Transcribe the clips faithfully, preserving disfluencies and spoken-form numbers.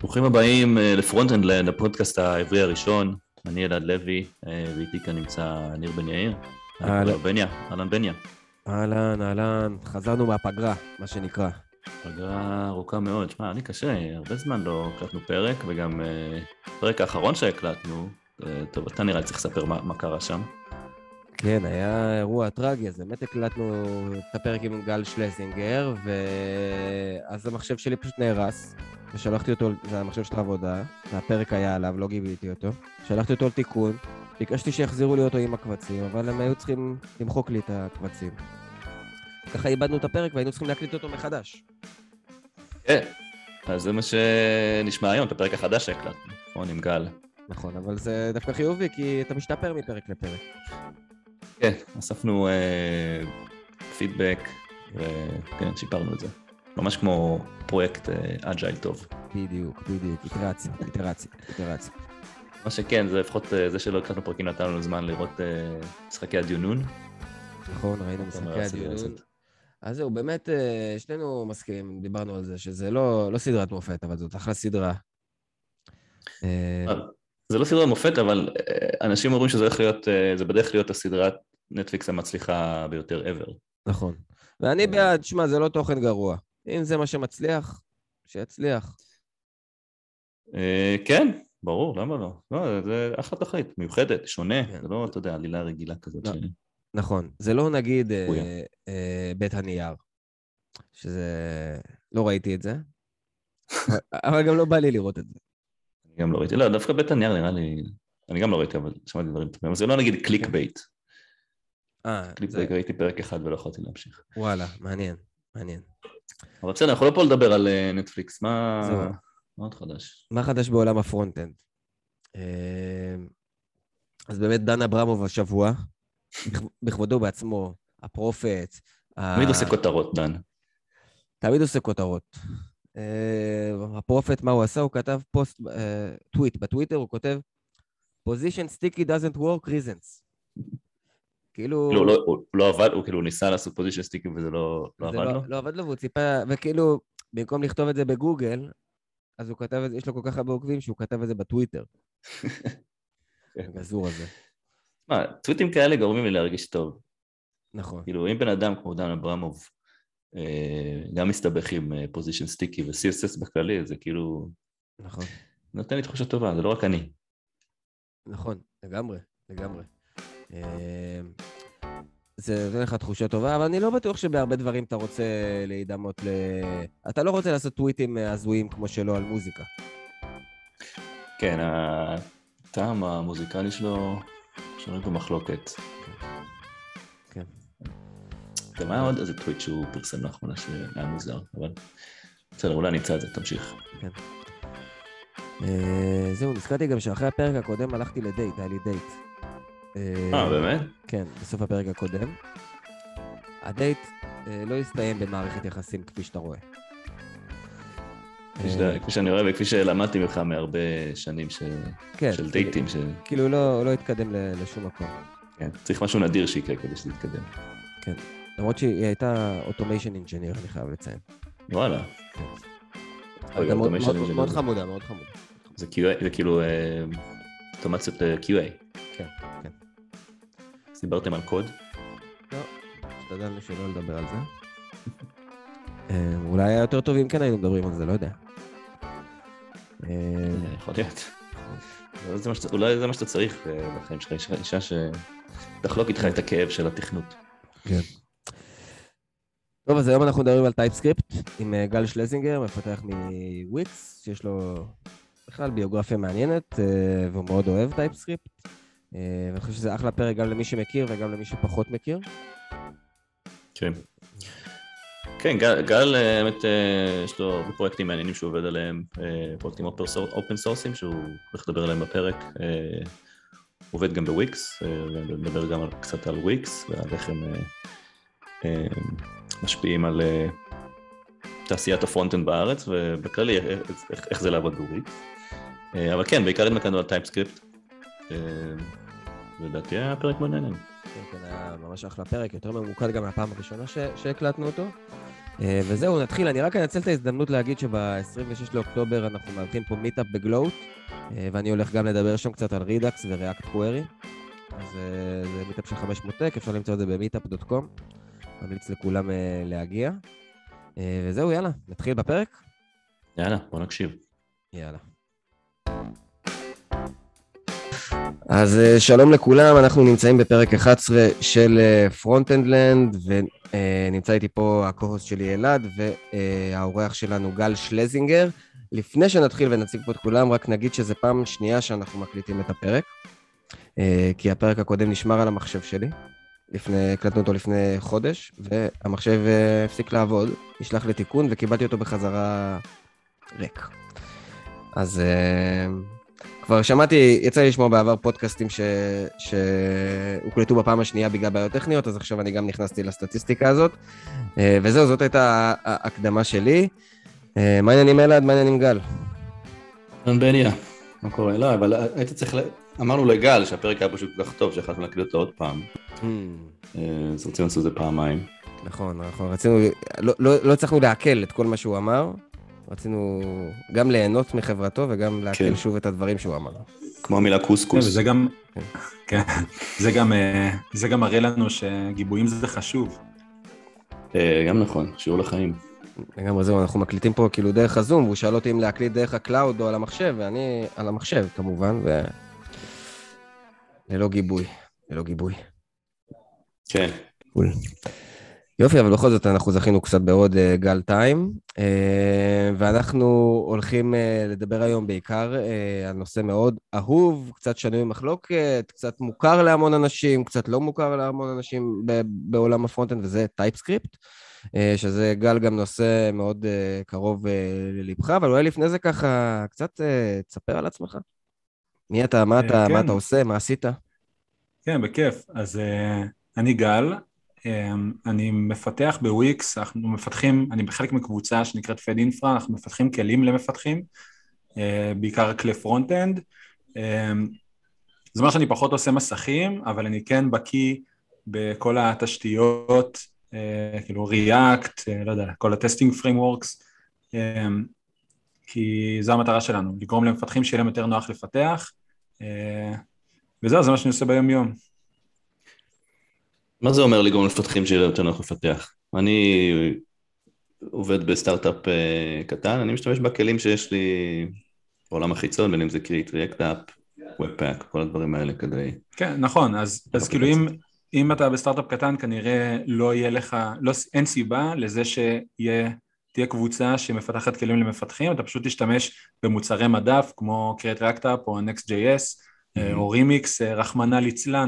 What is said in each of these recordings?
ברוכים הבאים לפרונט-אנד, הפודקאסט העברי הראשון. אני אלעד לוי, ואיתי כאן נמצא ניר בן יאיר. אהלן בניה, אהלן בניה. אהלן, אהלן, חזרנו מהפגרה, מה שנקרא. פגרה ארוכה מאוד, שמע, אני קשה, הרבה זמן לא הקלטנו פרק, וגם פרק האחרון שהקלטנו, טוב, אתה נראה לי צריך לספר מה, מה קרה שם. כן, היה אירוע טרגי, אז באמת הקלטנו את הפרק עם גל שלזינגר, ואז המחשב שלי פשוט נהרס, ושלחתי אותו, זה המחשב של העבודה, הפרק היה עליו, לא גיביתי אותו, שלחתי אותו לתיקון, ביקשתי שיחזירו לי אותו עם הקבצים, אבל הם היו צריכים למחוק לי את הקבצים. ככה איבדנו את הפרק והיינו צריכים להקליט אותו מחדש. כן, אז זה מה שנשמע היום, את הפרק החדש שהקלטנו, נכון, עם גל. נכון, אבל זה דווקא חיובי, כי אתה משתפר מפרק לפרק. כן, אספנו אה, פידבק, וכן, שיפרנו את זה. ממש כמו פרויקט אג'ייל טוב. בדיוק, בדיוק, איטרציה, איטרציה, איטרציה. מה שכן, זה לפחות זה שלא הקלטנו פרקים נתן לנו זמן לראות משחקי הדיונון. נכון, ראינו משחקי הדיונון. אז זהו, באמת, שנינו מסכימים, דיברנו על זה, שזה לא, לא סדרת מופת, אבל זאת אחלה סדרה. זה לא סדרת מופת, אבל אנשים אומרים שזה הולך להיות, זה בדרך להיות הסדרת נטפליקס המצליחה ביותר ever. נכון. ואני בעד, שמה, זה לא תוכן גרוע. אם זה מה שמצליח, שיצליח. כן, ברור, למה לא? לא, זה אחלה תכלית, מיוחדת, שונה, זה לא, אתה יודע, עלילה רגילה כזאת. נכון, זה לא נגיד בית הנייר, שזה, לא ראיתי את זה, אבל גם לא בא לי לראות את זה. אני גם לא ראיתי, לא, דווקא בית הנייר נראה לי, אני גם לא ראיתי, אבל שמעתי דברים טובים, אבל זה לא נגיד קליק בייט. קליק בייט, ראיתי פרק אחד ולא יכולתי להמשיך. וואלה, מעניין, מעניין. אבל בסדר, אנחנו לא פה לדבר על נטפליקס, מה עוד חדש? מה חדש בעולם הפרונט-אנד? אז באמת דן אברמוב השבוע, בכבודו בעצמו, הפרופט. תמיד עושה כותרות, דן. תמיד עושה כותרות. הפרופט, מה הוא עשה? הוא כתב פוסט, טוויט, בטוויטר הוא כותב, position sticky doesn't work reasons. כאילו... הוא לא עבד, הוא כאילו ניסה לעשות position sticky וזה לא עבד לו? לא עבד לו, והוא ציפה, וכאילו, במקום לכתוב את זה בגוגל, אז הוא כתב את זה, יש לו כל כך הרבה עוקבים שהוא כתב את זה בטוויטר. הגזור הזה. מה, טוויטים כאלה גורמים לי להרגיש טוב. נכון. כאילו, אם בן אדם כמו דן אברמוב, גם מסתבך עם פוזישן סטיקי ו-סי אס אס בכללי, זה כאילו... נכון. נותן לי תחושה טובה, זה לא רק אני. נכון, לגמרי, לגמרי. זה נותן לך תחושה טובה, אבל אני לא בטוח שבהרבה דברים אתה רוצה להידמות ל... אתה לא רוצה לעשות טוויטים הזויים כמו שלו על מוזיקה. כן, הטעם המוזיקלי שלו שונה במחלוקת. כן. גם היה עוד איזה טוויט שהוא פרסם לאחרונה שהיה מוזר, אבל בסדר, אולי נמצא את זה, תמשיך. כן. זהו, נזכרתי גם שאחרי הפרק הקודם הלכתי לדייט, היה לי דייט. אה, באמת? כן, בסוף הפרק הקודם. הדייט לא הסתיים במערכת יחסים כפי שאתה רואה. כפי שאני רואה וכפי שלמדתי ממך מהרבה שנים של דייטים. כאילו לא התקדם לשום מקום. כן, צריך משהו נדיר שיקרה כדי שזה יתקדם. כן, למרות שהיא הייתה אוטומיישן אינג'יניר, אני חייב לציין. וואלה. מאוד חמודה, מאוד חמודה. זה כאילו אוטומציות ל-קיו איי. כן, כן. דיברתם על קוד? לא, השתדלנו שלא לדבר על זה. אולי היה יותר טוב אם כן היינו מדברים על זה, לא יודע. יכול להיות. אולי זה מה שאתה צריך בחיים שלך, אישה שתחלוק איתך את הכאב של התכנות. כן. טוב, אז היום אנחנו מדברים על טייפסקריפט עם גל שלזינגר, מפתח מוויקס, שיש לו בכלל ביוגרפיה מעניינת, והוא מאוד אוהב טייפסקריפט. ואני חושב שזה אחלה פרק גם למי שמכיר וגם למי שפחות מכיר. כן. כן, גל, האמת, יש לו הרבה פרויקטים מעניינים שהוא עובד עליהם, פרויקטים אופן סורסים שהוא הולך לדבר עליהם בפרק. הוא עובד גם בוויקס, ונדבר גם קצת על וויקס, ועל איך הם משפיעים על תעשיית הפרונט-אנד בארץ, ובכללי איך זה לעבוד בוויקס. אבל כן, בעיקר התמקדנו על טייפסקריפט. ולדעתי היה פרק מעניין. כן, כן, היה ממש אחלה פרק, יותר ממוקד גם מהפעם הראשונה שהקלטנו אותו. וזהו, נתחיל. אני רק אנצל את ההזדמנות להגיד שב-עשרים ושש לאוקטובר אנחנו מארחים פה מיטאפ בגלוט, ואני הולך גם לדבר שם קצת על רידאקס וריאקט קווירי. אז זה מיטאפ של חמש מאות טק, אפשר למצוא את זה ב-מיטאפ דוט קום. ממליץ לכולם להגיע. וזהו, יאללה, נתחיל בפרק? יאללה, בוא נקשיב. יאללה. אז שלום לכולם, אנחנו נמצאים בפרק אחת עשרה של פרונט-אנד-לנד, ונמצא איתי פה הקו-הוסט שלי אלעד, והאורח שלנו גל שלזינגר. לפני שנתחיל ונציג פה את כולם, רק נגיד שזה פעם שנייה שאנחנו מקליטים את הפרק, כי הפרק הקודם נשמר על המחשב שלי, לפני, הקלטנו אותו לפני חודש, והמחשב הפסיק לעבוד, נשלח לתיקון וקיבלתי אותו בחזרה ריק. אז כבר שמעתי, יצא לי לשמוע בעבר פודקאסטים ש... שהוקלטו בפעם השנייה בגלל בעיות טכניות, אז עכשיו אני גם נכנסתי לסטטיסטיקה הזאת, וזהו, זאת הייתה ההקדמה שלי. מה העניינים אלעד? מה העניינים גל? בניה, מה קורה? לא, אבל היית צריך, אמרנו לגל שהפרק היה פשוט כל כך טוב, שהחלטנו להקליט אותו עוד פעם. אז רצינו לעשות את זה פעמיים. נכון, נכון, רצינו, לא, לא, לא הצלחנו להקל את כל מה שהוא אמר, רצינו גם ליהנות מחברתו וגם להקל כן. שוב את הדברים שהוא אמר. כמו המילה קוסקוס. זה גם, כן, זה גם, זה גם מראה לנו שגיבויים זה חשוב. גם נכון, שיעור לחיים. לגמרי זהו, אנחנו מקליטים פה כאילו דרך הזום, והוא שאל אותי אם להקליט דרך הקלאוד או על המחשב, ואני על המחשב כמובן, ו... ללא גיבוי, ללא גיבוי. כן. קול. יופי, אבל בכל זאת אנחנו זכינו קצת בעוד גל טיים, ואנחנו הולכים לדבר היום בעיקר על נושא מאוד אהוב, קצת שנוי מחלוקת, קצת מוכר להמון אנשים, קצת לא מוכר להמון אנשים בעולם הפרונט-אנד, וזה טייפסקריפט, שזה גל גם נושא מאוד קרוב ללבך, אבל אולי לפני זה ככה קצת תספר על עצמך. מי אתה, מה אתה, מה אתה עושה, מה עשית? כן, בכיף. אז אני גל, אני מפתח בוויקס, אנחנו מפתחים, אני בחלק מקבוצה שנקראת פד אינפרה, אנחנו מפתחים כלים למפתחים, בעיקר כלי פרונט-אנד. זה אומר שאני פחות עושה מסכים, אבל אני כן בקיא בכל התשתיות, כאילו ריאקט, לא יודע, כל הטסטינג פריימוורקס, כי זו המטרה שלנו, לגרום למפתחים שיהיה להם יותר נוח לפתח, וזהו, זה מה שאני עושה ביום יום. מה זה אומר לגרום למפתחים שיהיה להם יותר נוח לפתח? אני עובד בסטארט-אפ קטן, אני משתמש בכלים שיש לי בעולם החיצון, בין אם זה קריט, ריאקט-אפ, ווב-פאק, כל הדברים האלה כדי... כן, נכון, אז, אז כאילו אם, אם אתה בסטארט-אפ קטן, כנראה לא יהיה לך, לא, אין סיבה לזה שיהיה... תהיה קבוצה שמפתחת כלים למפתחים, אתה פשוט תשתמש במוצרי מדף, כמו Create React או Next.js, או Remix, רחמנא ליצלן,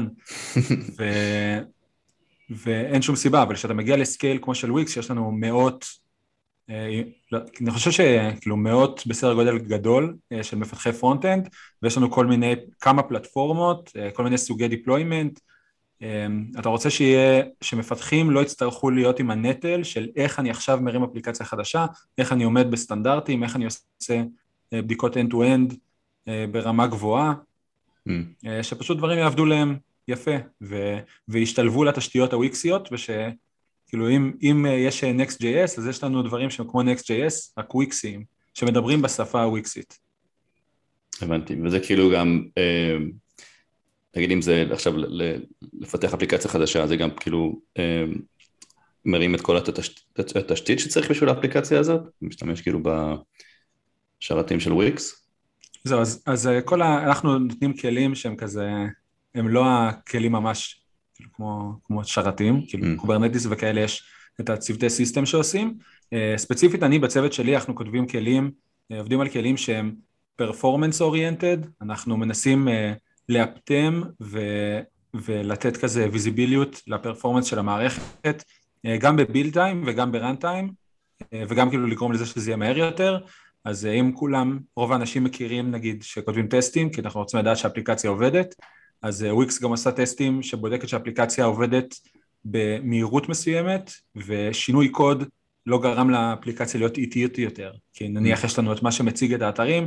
ואין שום סיבה, אבל כשאתה מגיע לסקייל כמו של וויקס, שיש לנו מאות, אני חושב שכאילו מאות בסדר גודל גדול של מפתחי פרונט-אנד, ויש לנו כל מיני, כמה פלטפורמות, כל מיני סוגי דיפלוימנט, אתה רוצה שיהיה, שמפתחים לא יצטרכו להיות עם הנטל של איך אני עכשיו מרים אפליקציה חדשה, איך אני עומד בסטנדרטים, איך אני עושה בדיקות end-to-end ברמה גבוהה, mm. שפשוט דברים יעבדו להם יפה, ו- וישתלבו לתשתיות הוויקסיות, ושכאילו אם, אם יש Next.js, אז יש לנו דברים שהם כמו Next.js, רק וויקסיים, שמדברים בשפה הוויקסית. הבנתי, וזה כאילו גם... נגיד אם זה עכשיו לפתח אפליקציה חדשה, זה גם כאילו מרים את כל התשתית שצריך בשביל האפליקציה הזאת, משתמש כאילו בשרתים של וויקס. זהו, אז, אז כל ה... אנחנו נותנים כלים שהם כזה, הם לא הכלים ממש כאילו כמו, כמו שרתים, כאילו mm. קוברנטיס וכאלה יש את הצוותי סיסטם שעושים. ספציפית אני בצוות שלי, אנחנו כותבים כלים, עובדים על כלים שהם performance oriented, אנחנו מנסים לאפטם ו- ולתת כזה ויזיביליות לפרפורמנס של המערכת, גם בביל טיים וגם ברן טיים, וגם כאילו לגרום לזה שזה יהיה מהר יותר. אז אם כולם, רוב האנשים מכירים נגיד שכותבים טסטים, כי אנחנו רוצים לדעת שהאפליקציה עובדת, אז וויקס גם עשה טסטים שבודקת שהאפליקציה עובדת במהירות מסוימת, ושינוי קוד לא גרם לאפליקציה להיות איטית יותר, כי נניח יש לנו את מה שמציג את האתרים,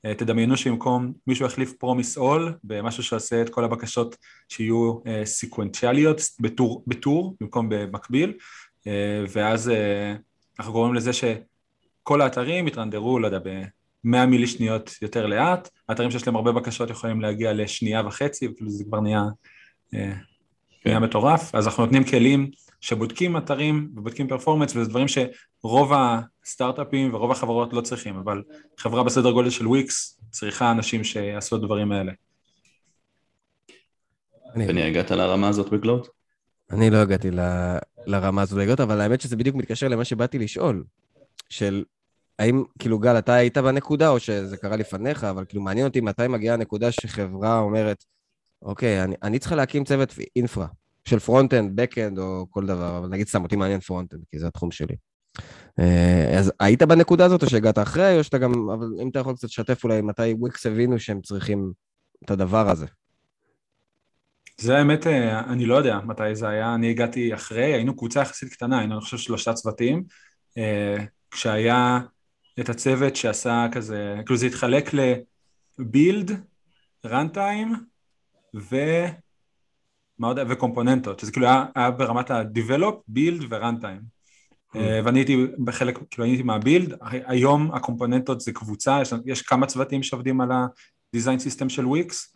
תדמיינו שבמקום מישהו החליף פרומיס אול, במשהו שעושה את כל הבקשות שיהיו סיקוונציאליות בטור, בטור במקום במקביל, ואז אנחנו גורמים לזה שכל האתרים יתרנדרו, לא יודע, ב-מאה מילי שניות יותר לאט, האתרים שיש להם הרבה בקשות יכולים להגיע לשנייה וחצי, וכאילו זה כבר נהיה, נהיה מטורף, אז אנחנו נותנים כלים שבודקים אתרים ובודקים פרפורמנס, וזה דברים שרוב הסטארט-אפים ורוב החברות לא צריכים, אבל חברה בסדר גודל של וויקס צריכה אנשים שיעשו את הדברים האלה. בני, הגעת לרמה הזאת בגלוט? אני לא הגעתי ל- לרמה הזאת בגלוט, אבל האמת שזה בדיוק מתקשר למה שבאתי לשאול, של האם, כאילו גל, אתה היית בנקודה, או שזה קרה לפניך, אבל כאילו מעניין אותי מתי מגיעה הנקודה שחברה אומרת, אוקיי, אני, אני צריכה להקים צוות אינפרה, של פרונט-אנד, בק-אנד או כל דבר, אבל נגיד סתם אותי מעניין פרונט-אנד, כי זה התחום שלי. אז היית בנקודה הזאת או שהגעת אחרי, או שאתה גם, אבל אם אתה יכול קצת לשתף אולי מתי וויקס הבינו שהם צריכים את הדבר הזה. זה האמת, אני לא יודע מתי זה היה, אני הגעתי אחרי, היינו קבוצה יחסית קטנה, היינו אני חושב שלושה צוותים, כשהיה את הצוות שעשה כזה, כאילו זה התחלק לבילד, רנטיים, ו... מה עוד? וקומפוננטות, שזה כאילו היה, היה ברמת ה-develop, build ו-runtime. Mm. ואני הייתי בחלק, כאילו הייתי מהבילד, היום הקומפוננטות זה קבוצה, יש, יש כמה צוותים שעובדים על ה-design system של וויקס,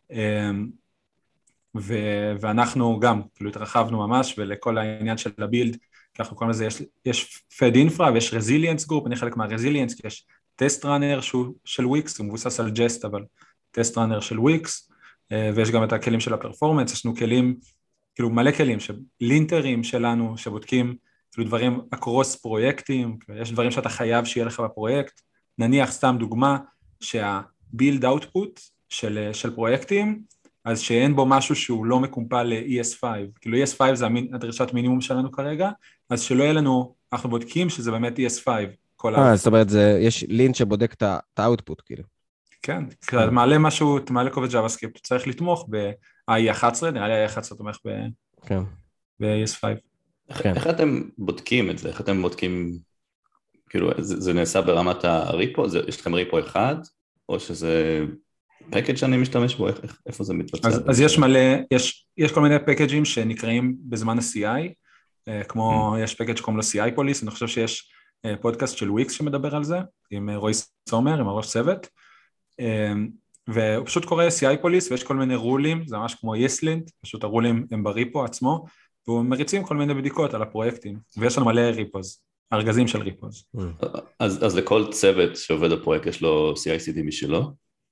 ו- ואנחנו גם, כאילו התרחבנו ממש, ולכל העניין של הבילד, אנחנו קוראים לזה, יש, יש Fed Infra ויש Resilience Group, אני חלק מה-Resilience, כי יש טסט ראנר של וויקס, הוא מבוסס על ג'סט, אבל טסט ראנר של וויקס, ויש גם את הכלים של הפרפורמנס, יש לנו כלים, כאילו מלא כלים, לינטרים שלנו שבודקים כאילו דברים אקרוס פרויקטים, יש דברים שאתה חייב שיהיה לך בפרויקט, נניח סתם דוגמה שהבילד אאוטפוט של, של פרויקטים, אז שאין בו משהו שהוא לא מקומפל ל-אי אס פייב, כאילו אי אס פייב זה הדרישת מינימום שלנו כרגע, אז שלא יהיה לנו, אנחנו בודקים שזה באמת אי אס פייב. אה, זאת אומרת, זה, יש לינט שבודק את האוטפוט, כאילו. כן, אתה מעלה משהו, אתה מעלה קובץ JavaScript, צריך לתמוך ב-איי אחת עשרה, נראה לי איי אחת עשרה תומך ב-אי אס פייב. איך אתם בודקים את זה? איך אתם בודקים, כאילו, זה נעשה ברמת הריפו? יש לכם ריפו אחד? או שזה פקאג' שאני משתמש בו? איפה זה מתבצע? אז יש מלא, יש כל מיני פקאג'ים שנקראים בזמן ה-סי איי, כמו יש פקאג' שקוראים לו סי איי פוליס, אני חושב שיש פודקאסט של וויקס שמדבר על זה, עם רועי סומר, עם הראש צוות, והוא פשוט קורא סי איי פוליס, ויש כל מיני רולים, זה ממש כמו יסלינט, פשוט הרולים הם בריפו עצמו, והוא מריצים כל מיני בדיקות על הפרויקטים, ויש לנו מלא ריפוז, ארגזים של ריפוז. אז, אז לכל צוות שעובד בפרויקט יש לו סי איי סי די משלו?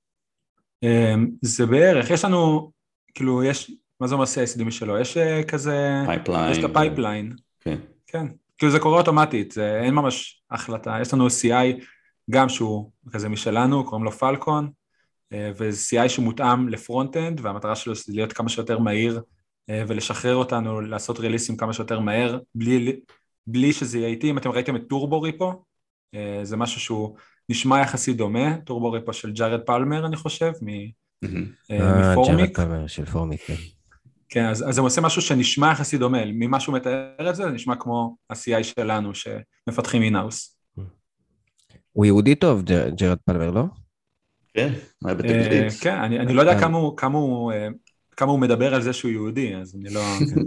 זה בערך, יש לנו, כאילו יש, מה זה אומר סי איי סי די משלו? יש כזה, פייפליין. יש את הפייפליין. כן. כן, כאילו זה קורה אוטומטית, זה אין ממש החלטה, יש לנו סי איי גם שהוא כזה משלנו, קוראים לו פלקון, וזה סי איי שמותאם לפרונט-אנד, והמטרה שלו זה להיות כמה שיותר מהיר, ולשחרר אותנו, לעשות ריליסים כמה שיותר מהר, בלי, בלי שזה יהיה איתי. אם אתם ראיתם את טורבו ריפו, זה משהו שהוא נשמע יחסית דומה, טורבו ריפו של ג'ארד פלמר, אני חושב, מפורמיק. ג'ארד פלמר של פורמיק, כן. כן, אז, אז הם עושים משהו שנשמע יחסית דומה, ממה שהוא מתאר את זה, זה נשמע כמו ה-סי איי שלנו, שמפתחים אינאוס. הוא יהודי טוב, ג'ארד פלמר, לא? כן, מה היה בתקליט. כן, אני, אני לא יודע כמה הוא, כמה הוא, כמה הוא מדבר על זה שהוא יהודי, אז אני לא...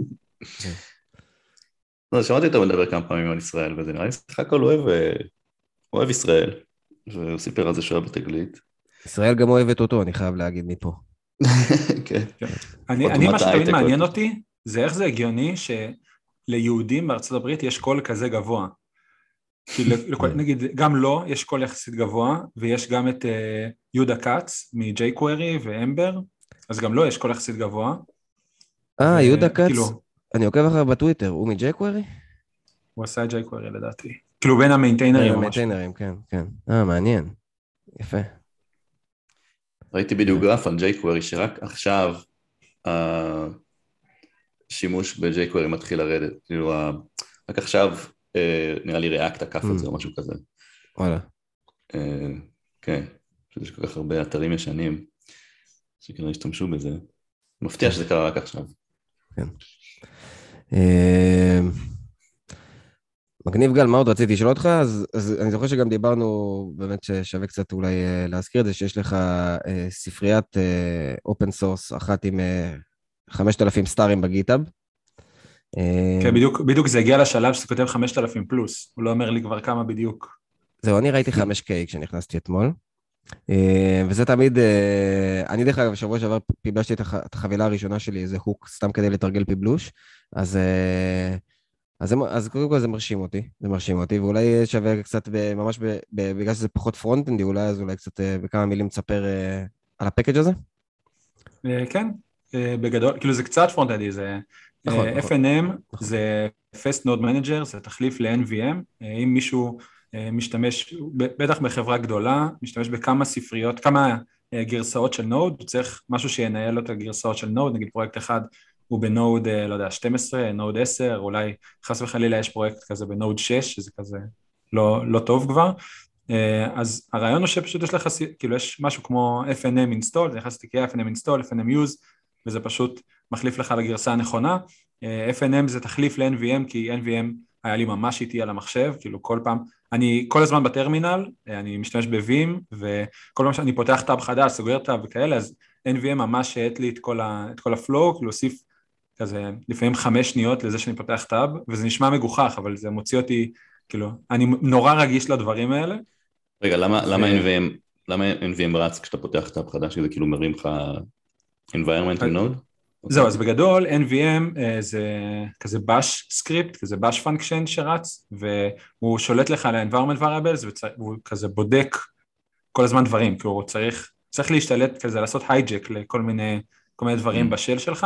לא, שמעתי אותו מדבר כמה פעמים על ישראל, וזה נראה לי סך הכל אוהב, אוהב ישראל, והוא סיפר על זה שהוא היה בתגלית. ישראל גם אוהבת אותו, אני חייב להגיד מפה. כן. אני, מה שתמיד מעניין אותי, זה איך זה הגיוני שליהודים בארצות הברית יש קול כזה גבוה. כי נגיד, גם לא, יש קול יחסית גבוה, ויש גם את יהודה קאץ מ-jQuery ואמבר, אז גם לא, יש קול יחסית גבוה. אה, יהודה קאץ, אני עוקב אחריו בטוויטר, הוא מ-jQuery? הוא עשה את jQuery לדעתי. כאילו בין המיינטיינרים. המיינטיינרים, כן, כן. אה, מעניין. יפה. ראיתי בדיוק גרף על jQuery, שרק עכשיו השימוש ב-jQuery מתחיל לרדת. כאילו, רק עכשיו נראה לי ריאקט עקף את זה או משהו כזה. וואלה. כן, יש כל כך הרבה אתרים ישנים שכנראה השתמשו בזה. מפתיע שזה קרה רק עכשיו. כן. מגניב גל, מה עוד רציתי לשאול אותך? אז, אז אני זוכר שגם דיברנו, באמת ששווה קצת אולי אה, להזכיר את זה, שיש לך אה, ספריית אופן סורס אחת עם אה, חמשת אלפים סטארים בגיטאב. אה, כן, בדיוק, בדיוק זה הגיע לשלב שזה כותב חמשת אלפים פלוס, הוא לא אומר לי כבר כמה בדיוק. זהו, אני ראיתי חמש קיי כשנכנסתי אתמול, אה, וזה תמיד, אה, אני דרך אגב, שבוע שעבר פיבלשתי את הח- את החבילה הראשונה שלי, איזה הוק, סתם כדי לתרגל פיבלוש, אז... אה, אז, זה, אז קודם כל זה מרשים אותי, זה מרשים אותי, ואולי שווה קצת, ב, ממש ב, ב, בגלל שזה פחות פרונט-אנדי, אולי אז אולי קצת אה, בכמה מילים תספר אה, על הפקאג' הזה? אה, כן, אה, בגדול, כאילו זה קצת פרונט-אנדי, זה נכון, אה, נכון. אף אן אם, נכון. זה Fast Node Manager, זה תחליף ל-אן וי אם, אה, אם מישהו אה, משתמש, ב- בטח בחברה גדולה, משתמש בכמה ספריות, כמה אה, גרסאות של נוד, הוא צריך משהו שינהל לו את הגרסאות של נוד, נגיד פרויקט אחד הוא בנוד, אה, לא יודע, שתים עשרה, נוד עשר, אולי חס וחלילה יש פרויקט כזה בנוד שש, שזה כזה לא, לא טוב כבר, אז הרעיון הוא שפשוט יש לך, כאילו יש משהו כמו אף אן אם install, זה נכנס לתיקייה אף אן אם install, אף אן אם use, וזה פשוט מחליף לך לגרסה הנכונה. אף אן אם זה תחליף ל-אן וי אם, כי אן וי אם היה לי ממש איטי על המחשב, כאילו כל פעם, אני כל הזמן בטרמינל, אני משתמש ב-Vim, וכל פעם שאני פותח טאב חדש, סוגר טאב וכאלה, אז אן וי אם ממש העט לי את כל, ה, את כל הפלואו, כאילו הוסיף כזה לפעמים חמש שניות לזה שאני פותח טאב, וזה נשמע מגוחך, אבל זה מוציא אותי, כאילו, אני נורא רגיש לדברים האלה. רגע, למה, ו... למה אן וי אם, למה אן וי אם רץ כשאתה פותח טאב חדש, שזה כאילו מרים לך environment עם node? זהו, אז בגדול אן וי אם זה כזה bash script, כזה bash function שרץ, והוא שולט לך על ה-environment variables, והוא כזה בודק כל הזמן דברים, כי הוא צריך, צריך להשתלט כזה, לעשות hijack לכל מיני, כל מיני דברים בשל שלך,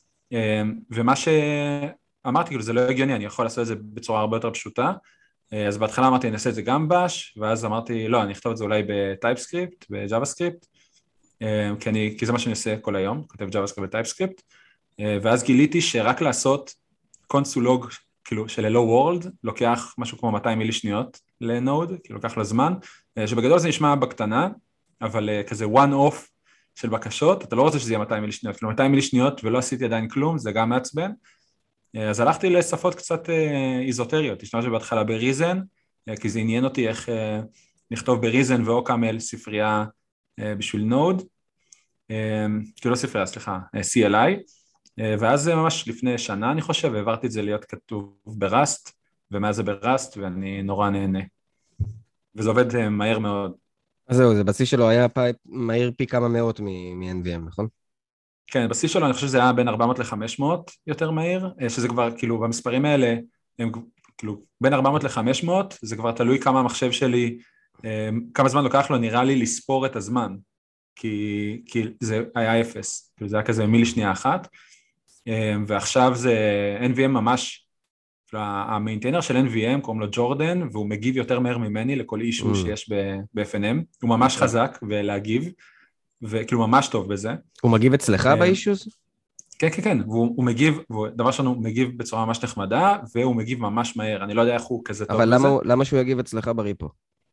ומה שאמרתי, כאילו זה לא הגיוני, אני יכול לעשות את זה בצורה הרבה יותר פשוטה, אז בהתחלה אמרתי, אני אעשה את זה גם bash, ואז אמרתי, לא, אני אכתוב את זה אולי ב-TypeScript, ב-JavaScript, כי, אני, כי זה מה שאני עושה כל היום, כותב JavaScript ו-TypeScript, ואז גיליתי שרק לעשות קונסולוג, כאילו של Hello World, לוקח משהו כמו מאתיים מילי שניות לנוד, כאילו לוקח לו זמן, שבגדול זה נשמע בקטנה, אבל כזה one off של בקשות, אתה לא רוצה שזה יהיה מאתיים מילי שניות, כאילו מאתיים מילי שניות ולא עשיתי עדיין כלום, זה גם מעצבן, אז הלכתי לשפות קצת איזוטריות, השתמשתי בהתחלה בריזן, כי זה עניין אותי איך לכתוב בריזן ואוקאמל ספרייה בשביל נוד, כאילו לא ספרייה, סליחה, סי אל איי, ואז ממש לפני שנה אני חושב, העברתי את זה להיות כתוב בראסט, ומאז זה בראסט ואני נורא נהנה, וזה עובד מהר מאוד. אז זהו, זה בסיס שלו היה פי, מהיר פי כמה מאות מ-אן וי אם, נכון? כן, בסיס שלו אני חושב שזה היה בין ארבע מאות ל-חמש מאות יותר מהיר, שזה כבר כאילו במספרים האלה, הם כאילו בין ארבע מאות ל-חמש מאות, זה כבר תלוי כמה המחשב שלי, כמה זמן לוקח לו, נראה לי לספור את הזמן, כי, כי זה היה אפס, זה היה כזה מילי שנייה אחת, ועכשיו זה אן וי אם ממש, המיינטיינר של אן וי אם קוראים לו ג'ורדן, והוא מגיב יותר מהר ממני לכל אישו שיש ב-אף אן אם, הוא ממש חזק ולהגיב, וכאילו ממש טוב בזה. הוא מגיב אצלך באישוז? כן, כן, כן, והוא מגיב, דבר שלנו הוא מגיב בצורה ממש נחמדה, והוא מגיב ממש מהר, אני לא יודע איך הוא כזה טוב בזה. אבל למה שהוא יגיב אצלך בריפו?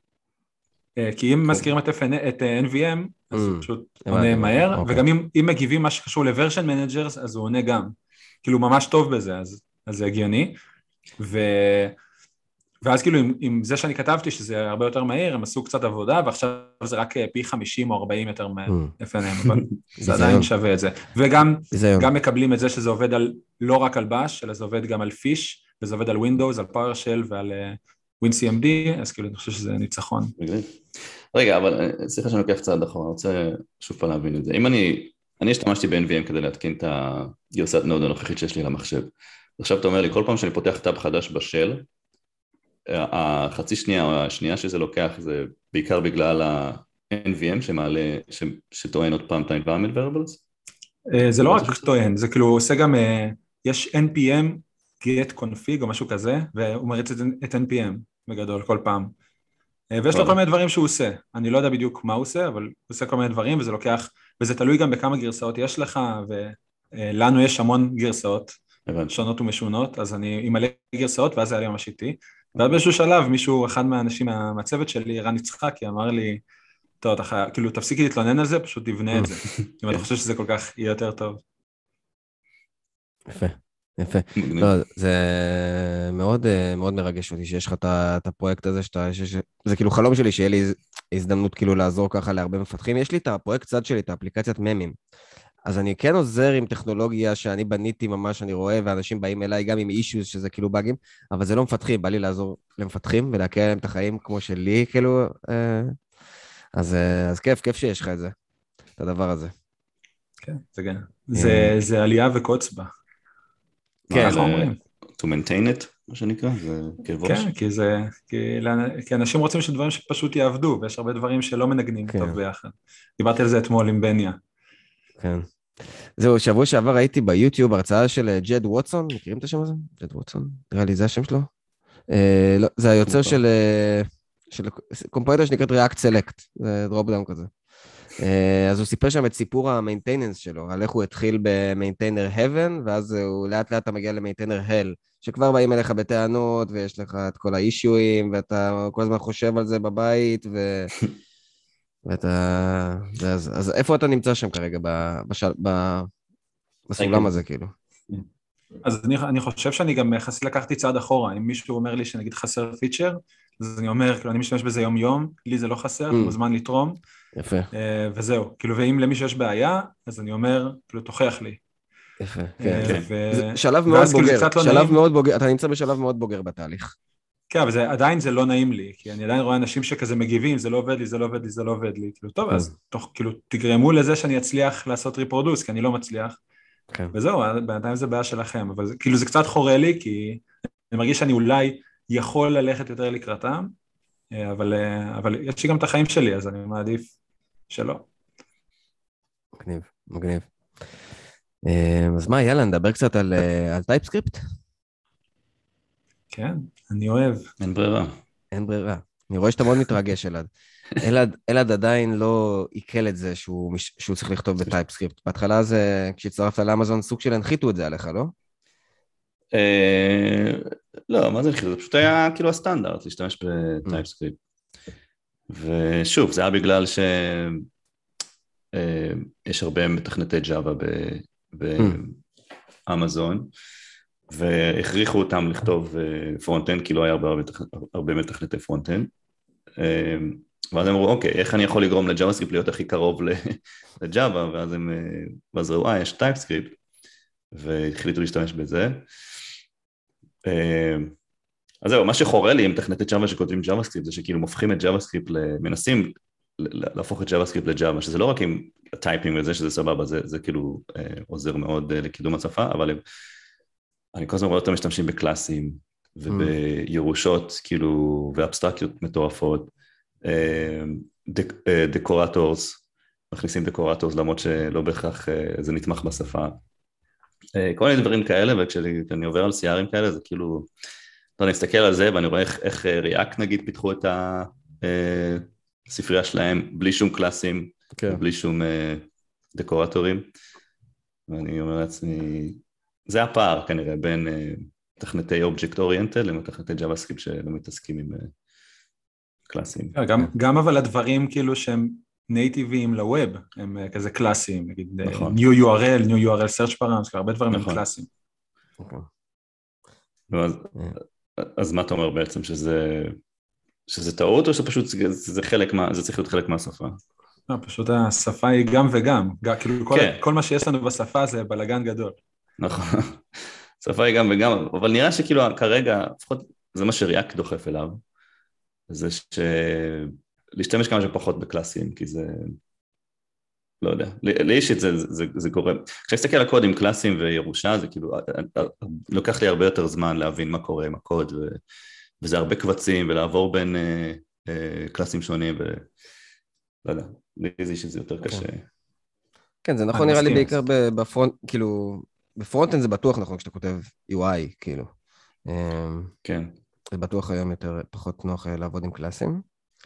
כי אם מזכירים את אן וי אם, אז הוא פשוט עונה מהר, וגם אם מגיבים מה שקשור ל-version managers, אז הוא עונה גם. כאילו הוא ממש טוב בזה, אז זה הגיוני. ואז כאילו עם זה שאני כתבתי, שזה הרבה יותר מהיר, הם עשו קצת עבודה, ועכשיו זה רק פי חמישים או ארבעים יותר מ-אף אן אם, אבל זה עדיין שווה את זה. וגם מקבלים את זה שזה עובד לא רק על באש, אלא זה עובד גם על פיש, וזה עובד על ווינדוס, על פאוורשל ועל WinCMD, אז כאילו אני חושב שזה ניצחון. רגע, אבל סליחה שאני לוקח צעד אחורה, אני רוצה שוב פעם להבין את זה. אם אני, אני השתמשתי ב-אן וי אם כדי להתקין את הגרסת נוד הנוכחית שיש לי למחשב. עכשיו אתה אומר לי, כל פעם שאני פותח טאב חדש בשל, החצי שנייה או השנייה שזה לוקח זה בעיקר בגלל ה-אן וי אם שמעלה, שטוען עוד פעם את ה-environment variables? זה לא רק טוען, זה כאילו עושה גם, יש אן פי אם get config או משהו כזה, והוא מריץ את אן פי אם בגדול כל פעם. ויש לו כל מיני דברים שהוא עושה, אני לא יודע בדיוק מה הוא עושה, אבל הוא עושה כל מיני דברים, וזה לוקח, וזה תלוי גם בכמה גרסאות יש לך, ולנו יש המון גרסאות, שונות ומשונות, אז אני עם מלא גרסאות, ואז זה היה לי ממש איתי, ועד באיזשהו שלב, מישהו, אחד מהאנשים מהצוות שלי, רן יצחקי, אמר לי, טוב, אתה, כאילו, תפסיקי להתלונן על זה, פשוט תבנה את זה, אם אתה חושב שזה כל כך יהיה יותר טוב. יפה. יפה. לא, זה מאוד מאוד מרגש אותי שיש לך את הפרויקט הזה, שאתה, זה כאילו חלום שלי, שיהיה לי הזדמנות כאילו לעזור ככה להרבה מפתחים. יש לי את הפרויקט צד שלי, את האפליקציית ממים. אז אני כן עוזר עם טכנולוגיה שאני בניתי ממש, אני רואה, ואנשים באים אליי גם עם אישוס, שזה כאילו באגים, אבל זה לא מפתחים, בא לי לעזור למפתחים ולהקל להם את החיים כמו שלי, כאילו, אז, אז כיף, כיף שיש לך את זה, את הדבר הזה. כן, זה כן. זה, זה עלייה וקוץ בה. כן, אנחנו אומרים. To maintain it, מה שנקרא, זה כבוש. כן, כי זה, כי, כי אנשים רוצים שדברים שפשוט יעבדו, ויש הרבה דברים שלא מנגנים כן. טוב ביחד. דיברתי על זה אתמול עם בניה. כן. זהו, שבוע שעבר הייתי ביוטיוב, הרצאה של ג'ד ווטסון, מכירים את השם הזה? ג'ד ווטסון? נראה לי, זה השם שלו? אה, לא, זה היוצר של, של קומפוננטה שנקראת React Select, זה דרופ דאון כזה. אז הוא סיפר שם את סיפור המיינטייננס שלו, על איך הוא התחיל במיינטיינר Heaven, ואז הוא לאט לאט אתה מגיע למיינטיינר Hell, שכבר באים אליך בטענות, ויש לך את כל האישויים, ואתה כל הזמן חושב על זה בבית, ו... ואתה... אז, אז איפה אתה נמצא שם כרגע, בשל... בסולם הזה, כאילו? אז אני, אני חושב שאני גם יחסית לקחתי צעד אחורה, אם מישהו אומר לי שנגיד חסר פיצ'ר, אז אני אומר, כאילו, אני משתמש בזה יום יום, לי זה לא חסר, הוא מוזמן לתרום. יפה. וזהו, כאילו, ואם למישהו יש בעיה, אז אני אומר, כאילו, תוכיח לי. יפה, כן. זה שלב מאוד בוגר, שלב מאוד בוגר, אתה נמצא בשלב מאוד בוגר בתהליך. כן, אבל עדיין זה לא נעים לי, כי אני עדיין רואה אנשים שכזה מגיבים, זה לא עובד לי, זה לא עובד לי, זה לא עובד לי. כאילו, טוב, אז כאילו, תגרמו לזה שאני אצליח לעשות ריפרודוס, כי אני לא מצליח. וזהו, בינתיים זה בעיה שלכם, אבל כאילו זה קצת חורה לי, כי אני מרגיש שאני אולי יכול ללכת יותר לקראתם, אבל, אבל יש לי גם את החיים שלי, אז אני מעדיף שלא. מגניב, מגניב. אז מה, יאללה, נדבר קצת על, על טייפסקריפט? כן, אני אוהב. אין ברירה. אין ברירה. אני רואה שאתה מאוד מתרגש, אלעד. אלעד, אלעד עדיין לא עיכל את זה שהוא, שהוא צריך לכתוב בטייפסקריפט. בהתחלה זה, כשהצטרפת לאמזון, סוג של הנחיתו את זה עליך, לא? לא, מה זה הנחיתו? זה פשוט היה כאילו הסטנדרט, להשתמש בטייפסקריפט. ושוב, זה היה בגלל שיש הרבה מתכנתי ג'אווה באמזון, והכריחו אותם לכתוב פרונט-אנד, כי לא היה הרבה מתכנתי פרונט-אנד. ואז הם אמרו, אוקיי, איך אני יכול לגרום לג'אווה-סקריפט להיות הכי קרוב לג'אווה, ואז הם, ואז ראו, אה, יש טייפסקריפט, והחליטו להשתמש בזה. אז זהו, מה שחורה לי עם מתכנתי ג'אווה שכותבים ג'אווה-סקריפט, זה שכאילו מופכים את ג'אווה-סקריפט, מנסים להפוך את ג'אווה-סקריפט לג'אווה, שזה לא רק עם הטייפינג וזה, שזה סבבה, זה, זה כאילו עוזר מאוד לקידום השפה, אבל אני כל הזמן רואה אותם משתמשים בקלאסים, ובירושות, כאילו, ואבסטרקציות מטורפות, דקורטורס, מכניסים דקורטורס, למרות שלא בהכרח זה נתמך בשפה. כל מיני דברים כאלה, וכשאני עובר על סיירים כאלה, זה כאילו, אני מסתכל על זה, ואני רואה איך, איך ריאקט נגיד פיתחו את הספרייה שלהם, בלי שום קלאסים, okay. בלי שום דקורטורים, ואני אומר לעצמי, זה הפער כנראה בין תכנתי אובייקט אוריינטד למתכנתי JavaScript שלא מתעסקים עם קלאסים. גם, גם אבל הדברים כאילו שהם נייטיביים לווב, הם כזה קלאסיים, נגיד נכון. New יו אר אל, New יו אר אל Search Params, הרבה דברים נכון. הם קלאסיים. נכון. אז, אז מה אתה אומר בעצם, שזה, שזה טעות או שפשוט זה, זה חלק מה, זה צריך להיות חלק מהשפה? לא, פשוט השפה היא גם וגם, כאילו כל, כן. כל מה שיש לנו בשפה זה בלגן גדול. נכון, שפה היא גם וגם, אבל נראה שכאילו כרגע, לפחות זה מה שריאק דוחף אליו, זה שלהשתמש כמה שפחות בקלאסים, כי זה, לא יודע, לי אישית זה, זה, זה גורם, כשאני מסתכל על קוד עם קלאסים וירושה, זה כאילו, לוקח לי הרבה יותר זמן להבין מה קורה עם הקוד, ו, וזה הרבה קבצים, ולעבור בין אה, אה, קלאסים שונים, ולא יודע, לי זה שזה יותר קשה. כן, זה נכון נראה לי בעיקר בפרונט, כאילו, בפרונט-אנד זה בטוח נכון כשאתה כותב יו איי, כאילו. כן. זה בטוח היום יותר, פחות נוח לעבוד עם קלאסים.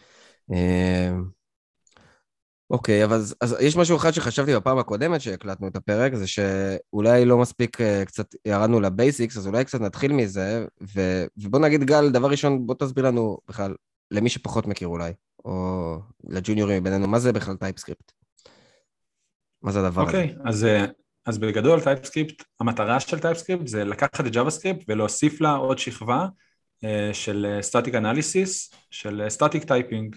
אוקיי, אבל אז יש משהו אחד שחשבתי בפעם הקודמת שהקלטנו את הפרק, זה שאולי לא מספיק קצת ירדנו לבייסיקס, אז אולי קצת נתחיל מזה, ובוא נגיד גל, דבר ראשון, בוא תסביר לנו בכלל, למי שפחות מכיר אולי, או לג'וניורים בינינו, מה זה בכלל טייפסקריפט? מה זה הדבר הזה? אוקיי, אז אז בגדול TypeScript, המטרה של TypeScript זה לקחת את JavaScript ולהוסיף לה עוד שכבה של Static Analysis, של Static Typing,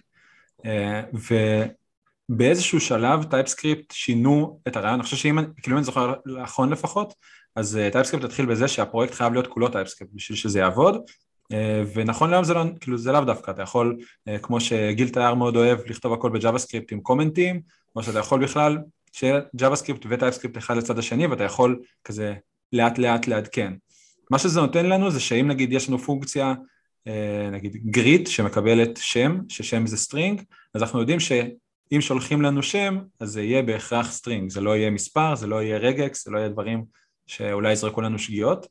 ובאיזשהו שלב TypeScript שינו את הרעיון, אני חושב שאם כאילו אני זוכר לאחרון לפחות, אז TypeScript התחיל בזה שהפרויקט חייב להיות כולו TypeScript בשביל שזה יעבוד, ונכון להיום זה לא, כאילו זה לאו דווקא, אתה יכול, כמו שגיל תיאר מאוד אוהב, לכתוב הכל ב-JavaScript עם קומנטים, או שאתה יכול בכלל ש-JavaScript ו-TypeScript אחד לצד השני, ואתה יכול כזה לאט לאט לעדכן. מה שזה נותן לנו זה שאם נגיד יש לנו פונקציה, נגיד גריט שמקבלת שם, ששם זה סטרינג, אז אנחנו יודעים שאם שולחים לנו שם, אז זה יהיה בהכרח סטרינג, זה לא יהיה מספר, זה לא יהיה רגקס, זה לא יהיה דברים שאולי יזרקו לנו שגיאות,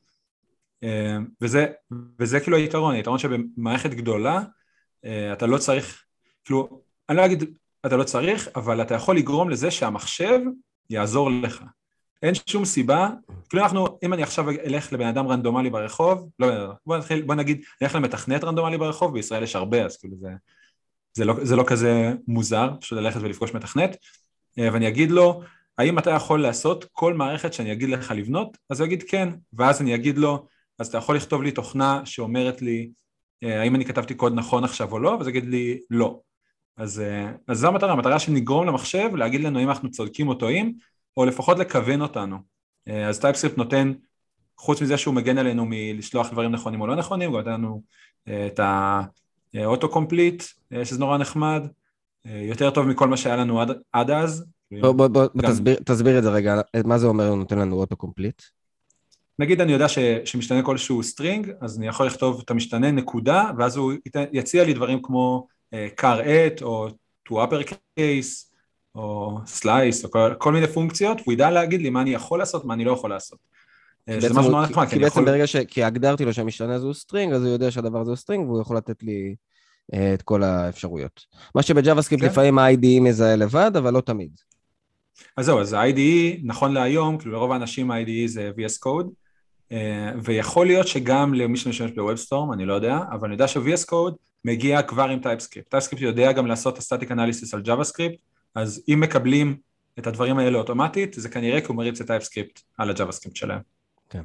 וזה, וזה כאילו היתרון, היתרון שבמערכת גדולה, אתה לא צריך, כאילו, אני לא אגיד, אתה לא צריך, אבל אתה יכול לגרום לזה שהמחשב יעזור לך. אין שום סיבה, כאילו אנחנו, אם אני עכשיו אלך לבן אדם רנדומלי ברחוב, לא, בוא נתחיל, בוא נגיד, אני אלך למתכנת רנדומלי ברחוב, בישראל יש הרבה, אז כאילו זה, זה לא, זה לא כזה מוזר, פשוט ללכת ולפגוש מתכנת, ואני אגיד לו, האם אתה יכול לעשות כל מערכת שאני אגיד לך לבנות? אז הוא יגיד כן, ואז אני אגיד לו, אז אתה יכול לכתוב לי תוכנה שאומרת לי, האם אני כתבתי קוד נכון עכשיו או לא, ואז יגיד לי לא. אז, אז זו המטרה, המטרה שנגרום למחשב, להגיד לנו אם אנחנו צודקים או טועים, או לפחות לכוון אותנו. אז TypeScript נותן, חוץ מזה שהוא מגן עלינו מלשלוח דברים נכונים או לא נכונים, גם נותן לנו את האוטו-קומפליט, שזה נורא נחמד, יותר טוב מכל מה שהיה לנו עד, עד אז. בוא, בוא, בוא גם... תסביר, תסביר את זה רגע, מה זה אומר, הוא נותן לנו אוטו-קומפליט? נגיד אני יודע ש, שמשתנה כלשהו סטרינג, אז אני יכול לכתוב את המשתנה נקודה, ואז הוא יציע לי דברים כמו car at, או to uppercase, או slice, או כל, כל מיני פונקציות, והוא ידע להגיד לי מה אני יכול לעשות, מה אני לא יכול לעשות. שזה משהו מאוד נחמד, כי בעצם ברגע ש... כי הגדרתי לו שהמשתנה הזה הוא סטרינג, אז הוא יודע שהדבר הזה הוא סטרינג, והוא יכול לתת לי את כל האפשרויות. מה שבג'אווה-סקריפט לפעמים ה-איי די אי מזהה לבד, אבל לא תמיד. אז זהו, אז ה-איי די אי, נכון להיום, כאילו לרוב האנשים ה-איי די אי זה וי אס Code, ויכול להיות שגם למי שמשתמש ב-WebStorm, אני לא יודע, אבל אני יודע ש-וי אס Code מגיע כבר עם TypeScript. TypeScript יודע גם לעשות את ה-Static Analysis על JavaScript, אז אם מקבלים את הדברים האלה אוטומטית, זה כנראה כי הוא מריץ את TypeScript על ה-JavaScript שלהם. כן.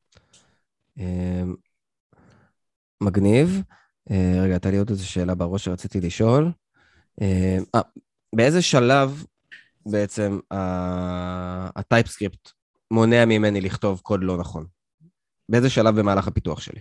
מגניב. רגע, הייתה לי עוד איזו שאלה בראש שרציתי לשאול. באיזה שלב בעצם ה-TypeScript מונע ממני לכתוב קוד לא נכון? באיזה שלב במהלך הפיתוח שלי?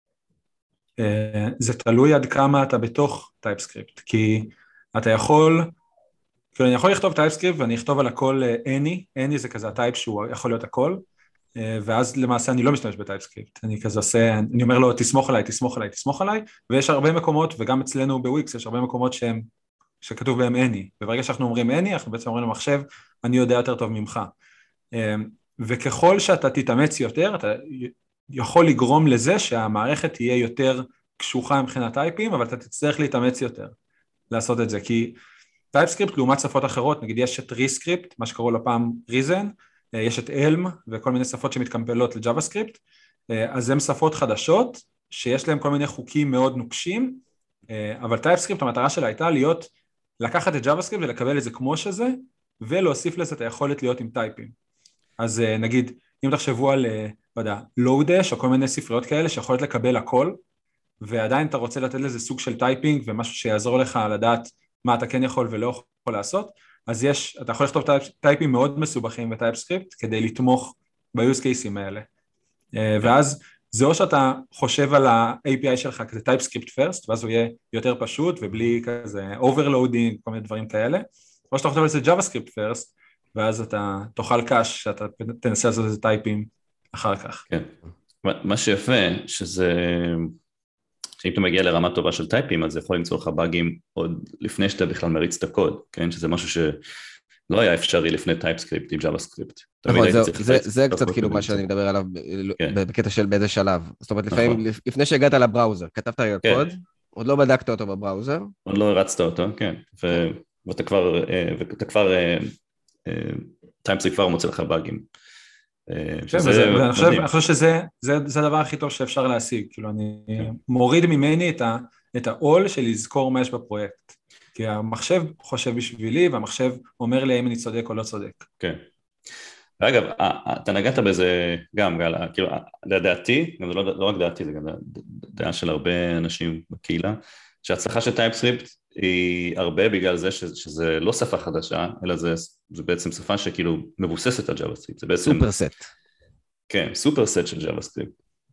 זה תלוי עד כמה אתה בתוך TypeScript, כי אתה יכול, כאילו אני יכול לכתוב TypeScript ואני אכתוב על הכל any, any זה כזה הטייפ שהוא יכול להיות הכל, ואז למעשה אני לא משתמש ב-TypeScript, אני כזה עושה, אני אומר לו תסמוך עליי, תסמוך עליי, תסמוך עליי, ויש הרבה מקומות, וגם אצלנו בוויקס יש הרבה מקומות שהם, שכתוב בהם any, וברגע שאנחנו אומרים any, אנחנו בעצם אומרים למחשב, אני יודע יותר טוב ממך. וככל שאתה תתאמץ יותר, אתה יכול לגרום לזה שהמערכת תהיה יותר קשוחה מבחינת טייפים, אבל אתה תצטרך להתאמץ יותר לעשות את זה, כי TypeScript לעומת שפות אחרות, נגיד יש את ReScript, מה שקראו לפעם Reason, יש את Elm וכל מיני שפות שמתקמפלות ל-JavaScript, אז הן שפות חדשות, שיש להן כל מיני חוקים מאוד נוקשים, אבל TypeScript המטרה שלה הייתה להיות, לקחת את JavaScript ולקבל את זה כמו שזה, ולהוסיף לזה את היכולת להיות עם טייפים. אז נגיד, אם תחשבו על, לא יודע, Lodash או כל מיני ספריות כאלה שיכולות לקבל הכל, ועדיין אתה רוצה לתת לזה סוג של טייפינג ומשהו שיעזור לך לדעת מה אתה כן יכול ולא יכול לעשות, אז יש, אתה יכול לכתוב טייפ, טייפים מאוד מסובכים בטייפסקריפט כדי לתמוך ב-use cases האלה. ואז זה או שאתה חושב על ה-איי פי איי שלך כזה TypeScript first, ואז הוא יהיה יותר פשוט ובלי כזה overloading, כל מיני דברים כאלה, או שאתה חושב על זה JavaScript first, ואז אתה תאכל קש, שאתה תנסה לעשות איזה טייפים אחר כך. כן. מה שיפה, שזה, שאם אתה מגיע לרמה טובה של טייפים, אז זה יכול למצוא לך באגים עוד לפני שאתה בכלל מריץ את הקוד, כן? שזה משהו שלא היה אפשרי לפני טייפסקריפט עם JavaScript. זה קצת כאילו מה שאני מדבר עליו בקטע של באיזה שלב. זאת אומרת, לפני שהגעת לבראוזר, כתבת קוד, עוד לא בדקת אותו בבראוזר. עוד לא הרצת אותו, כן. ואתה כבר, ואתה כבר, טייפסקריפט כבר מוצא לך באגים. ואני חושב שזה הדבר הכי טוב שאפשר להשיג, כאילו אני מוריד ממני את העול של לזכור מה יש בפרויקט, כי המחשב חושב בשבילי והמחשב אומר לי האם אני צודק או לא צודק. כן, אגב, אתה נגעת בזה גם, גל, כאילו, לדעתי, גם זה לא, לא רק דעתי, זה גם דעה של הרבה אנשים בקהילה, שההצלחה של טייפסקריפט היא הרבה בגלל זה ש, שזה לא שפה חדשה, אלא זה, זה בעצם שפה שכאילו מבוססת על JavaScript, זה בעצם... סופרסט. כן, סופרסט של JavaScript.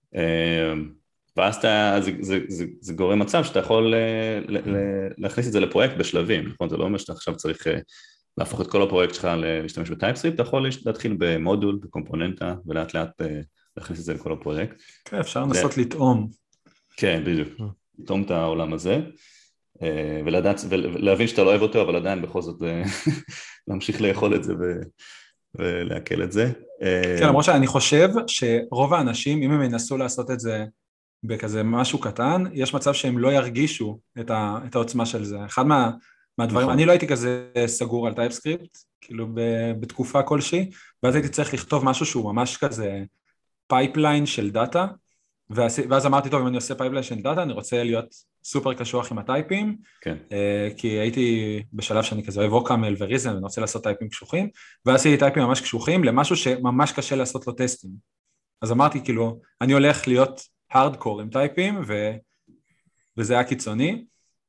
ואז אתה, זה, זה, זה, זה גורם מצב שאתה יכול להכניס את זה לפרויקט בשלבים, נכון? זה לא אומר שאתה עכשיו צריך להפוך את כל הפרויקט שלך להשתמש בטייפסקריפט, אתה יכול להתחיל במודול, בקומפוננטה, ולאט לאט להכניס את זה לכל הפרויקט. כן, אפשר לנסות לטעום. כן, בדיוק. לטעום את העולם הזה, ולדעת, ולהבין שאתה לא אוהב אותו, אבל עדיין בכל זאת להמשיך לאכול את זה ולהקל את זה. כן, למרות שאני חושב שרוב האנשים, אם הם ינסו לעשות את זה בכזה משהו קטן, יש מצב שהם לא ירגישו את העוצמה של זה. אחד מה... מהדברים, אני לא הייתי כזה סגור על טייפסקריפט, כאילו בתקופה כלשהי, ואז הייתי צריך לכתוב משהו שהוא ממש כזה פייפליין של דאטה, ואז אמרתי, טוב, אם אני עושה פייפליין של דאטה, אני רוצה להיות סופר קשוח עם הטייפים, כן. כי הייתי בשלב שאני כזה אוהב אוקאמל וריזם, ואני רוצה לעשות טייפים קשוחים, ואז עשיתי טייפים ממש קשוחים למשהו שממש קשה לעשות לו טסטים. אז אמרתי, כאילו, אני הולך להיות הארדקור עם טייפים, ו... וזה היה קיצוני,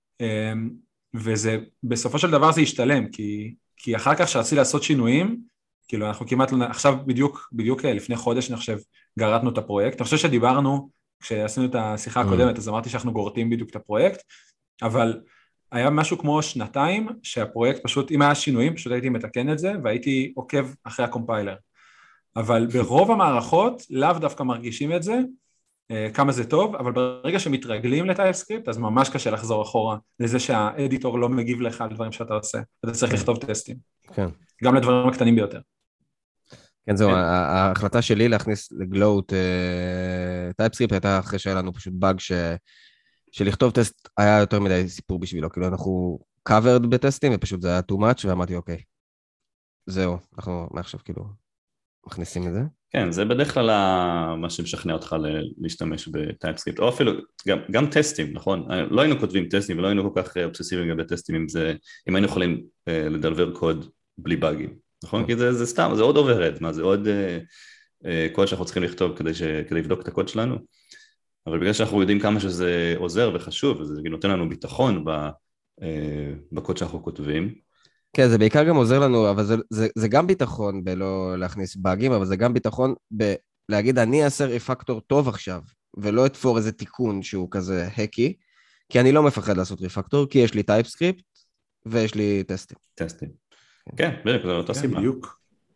וזה, בסופו של דבר זה ישתלם, כי, כי אחר כך שרציתי לעשות שינויים, כאילו אנחנו כמעט, עכשיו בדיוק, בדיוק לפני חודש אני חושב, גרטנו את הפרויקט, אני חושב שדיברנו, כשעשינו את השיחה הקודמת, אז אמרתי שאנחנו גורטים בדיוק את הפרויקט, אבל היה משהו כמו שנתיים, שהפרויקט פשוט, אם היה שינויים, פשוט הייתי מתקן את זה, והייתי עוקב אחרי הקומפיילר, אבל ברוב המערכות, לאו דווקא מרגישים את זה, כמה זה טוב, אבל ברגע שמתרגלים לטייפסקריפט, אז ממש קשה לחזור אחורה לזה שהאדיטור לא מגיב לך על דברים שאתה עושה, אתה צריך לכתוב טסטים. כן. גם לדברים הקטנים ביותר. כן, זהו, ההחלטה שלי להכניס לגלוט טייפסקריפט הייתה אחרי שהיה לנו פשוט באג שלכתוב טסט היה יותר מדי סיפור בשבילו, כאילו אנחנו covered בטסטים ופשוט זה היה too much ואמרתי אוקיי, זהו, אנחנו מעכשיו כאילו מכניסים את זה. כן, זה בדרך כלל מה שמשכנע אותך להשתמש בטייפסקריפט, או אפילו גם, גם טסטים, נכון? לא היינו כותבים טסטים ולא היינו כל כך אובססיביים לגבי טסטים אם, זה, אם היינו יכולים אה, לדלבר קוד בלי באגים, נכון? כי זה, זה סתם, זה עוד overhead, מה זה עוד אה, אה, קוד שאנחנו צריכים לכתוב כדי, ש, כדי לבדוק את הקוד שלנו, אבל בגלל שאנחנו יודעים כמה שזה עוזר וחשוב, זה נותן לנו ביטחון ב, אה, בקוד שאנחנו כותבים, כן, זה בעיקר גם עוזר לנו, אבל זה, זה, זה גם ביטחון בלא להכניס באגים, אבל זה גם ביטחון בלהגיד, אני אעשה ריפקטור טוב עכשיו, ולא אתפור איזה תיקון שהוא כזה הקי, כי אני לא מפחד לעשות ריפקטור, כי יש לי טייפסקריפט, ויש לי טסטים. טסטים. כן, בדיוק, זה אותה סיבה. בדיוק.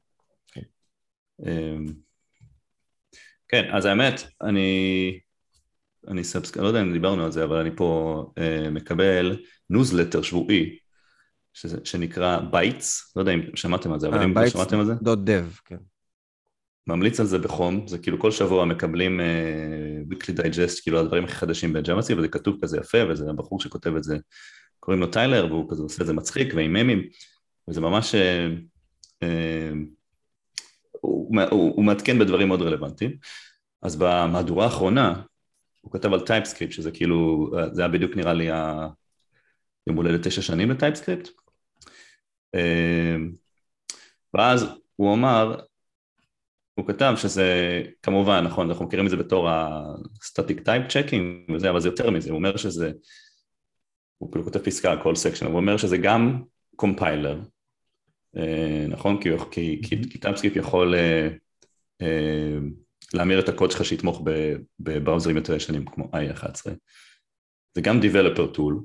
כן, אז האמת, אני, אני סבסק... לא יודע אם דיברנו על זה, אבל אני פה מקבל ניוזלטר שבועי, שזה, שנקרא בייטס, לא יודע אם שמעתם על זה, אבל אם שמעתם על זה? דוט דב, כן. ממליץ על זה בחום, זה כאילו כל שבוע מקבלים weekly digest, כאילו הדברים הכי חדשים ב-JavaScript, וזה כתוב כזה יפה, וזה הבחור שכותב את זה, קוראים לו טיילר, והוא כזה עושה את זה מצחיק, ועם ממים, וזה ממש, אה, אה, הוא, הוא, הוא מעדכן בדברים מאוד רלוונטיים, אז במהדורה האחרונה, הוא כתב על טייפסקריפט, שזה כאילו, זה היה בדיוק נראה לי ה... יום הולדת תשע שנים לטייפסקריפט, ואז הוא אמר, הוא כתב שזה, כמובן, נכון, אנחנו מכירים את זה בתור ה-static type checking וזה, אבל זה יותר מזה, הוא אומר שזה, הוא כאילו כותב פסקה על כל סקשן, הוא אומר שזה גם קומפיילר, נכון, כי, כי, כי, כי טייפסקריפט יכול להמיר את הקוד שלך שיתמוך בבראוזרים יותר ישנים, כמו איי אחת עשרה, זה גם developer tool,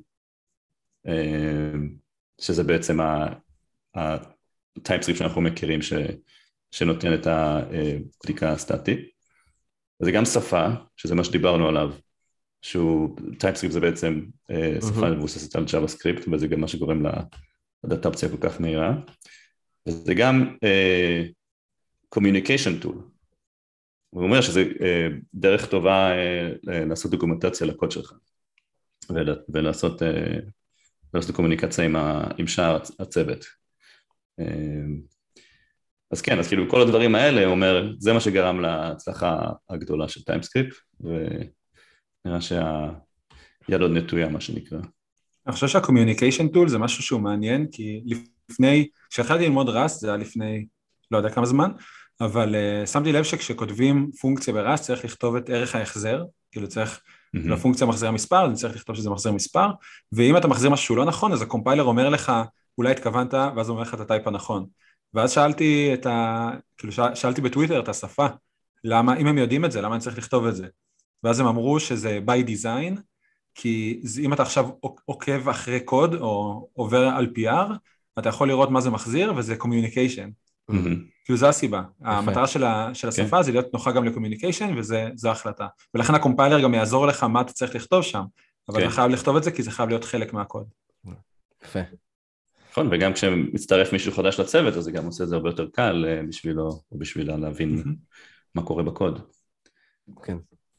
שזה בעצם הטייפסקריפט שאנחנו מכירים ש, שנותן את הבדיקה הסטטית, וזה גם שפה, שזה מה שדיברנו עליו, שהוא, טייפסקריפט זה בעצם שפה מבוססת על JavaScript, וזה גם מה שגורם לאדפטציה כל כך מהירה, וזה גם communication tool, הוא אומר שזה דרך טובה לעשות דוקומנטציה לקוד שלך, ולעשות לעשות קומוניקציה עם, ה, עם שאר הצוות. אז כן, אז כאילו כל הדברים האלה, הוא אומר, זה מה שגרם להצלחה הגדולה של טייפסקריפט, ונראה שהיד עוד נטויה, מה שנקרא. אני חושב שהקומיוניקיישן טול זה משהו שהוא מעניין, כי לפני, כשהתחלתי ללמוד ראסט, זה היה לפני, לא יודע כמה זמן, אבל uh, שמתי לב שכשכותבים פונקציה ברש, צריך לכתוב את ערך ההחזר, כאילו צריך, כאילו הפונקציה מחזירה מספר, אני צריך לכתוב שזה מחזיר מספר, ואם אתה מחזיר משהו לא נכון, אז הקומפיילר אומר לך, אולי התכוונת, ואז הוא אומר לך את הטייפ הנכון. ואז שאלתי את ה... כאילו שאלתי בטוויטר את השפה, למה, אם הם יודעים את זה, למה אני צריך לכתוב את זה? ואז הם אמרו שזה by design, כי אם אתה עכשיו עוקב אחרי קוד, או עובר על פי אר, אתה יכול לראות מה זה מחזיר, וזה communication. כאילו זו הסיבה. המטרה של השפה זה להיות נוחה גם לקומיוניקיישן, וזו ההחלטה. ולכן הקומפיילר גם יעזור לך מה אתה צריך לכתוב שם, אבל אתה חייב לכתוב את זה, כי זה חייב להיות חלק מהקוד. יפה. נכון, וגם כשמצטרף מישהו חדש לצוות, אז זה גם עושה את זה הרבה יותר קל בשבילו, או בשבילה להבין מה קורה בקוד. כן.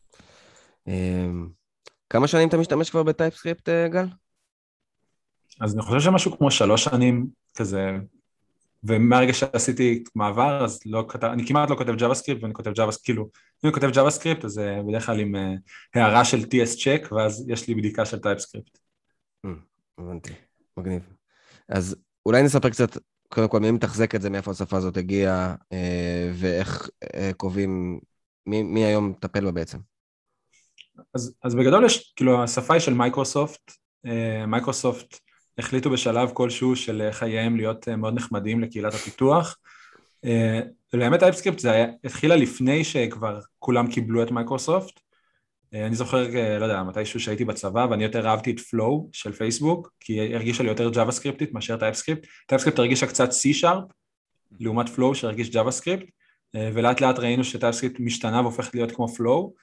כמה שנים אתה משתמש כבר בטייפסקריפט, גל? אז אני חושב שמשהו כמו שלוש שנים כזה, ומהרגע שעשיתי מעבר, אז לא כתב, אני כמעט לא כותב JavaScript, ואני כותב JavaScript, כאילו, אם אני כותב JavaScript, אז בדרך כלל עם הערה של טי אס check, ואז יש לי בדיקה של TypeScript. הבנתי, מגניב. אז אולי נספר קצת, קודם כל, מי מתחזק את זה, מאיפה השפה הזאת הגיעה, ואיך קובעים, מי, מי היום מטפל בה בעצם? אז, אז בגדול יש, כאילו, השפה היא של מייקרוסופט, מייקרוסופט החליטו בשלב כלשהו של חייהם להיות מאוד נחמדים לקהילת הפיתוח. ולאמת טייפסקריפט זה התחילה לפני שכבר כולם קיבלו את מייקרוסופט. אני זוכר, לא יודע, מתישהו שהייתי בצבא, ואני יותר אהבתי את פלואו של פייסבוק, כי היא הרגישה לי יותר JavaScriptית מאשר טייפסקריפט. טייפסקריפט הרגישה קצת C-Sharp, לעומת פלואו שהרגיש JavaScript, ולאט לאט ראינו שטייפסקריפט משתנה והופכת להיות כמו פלואו.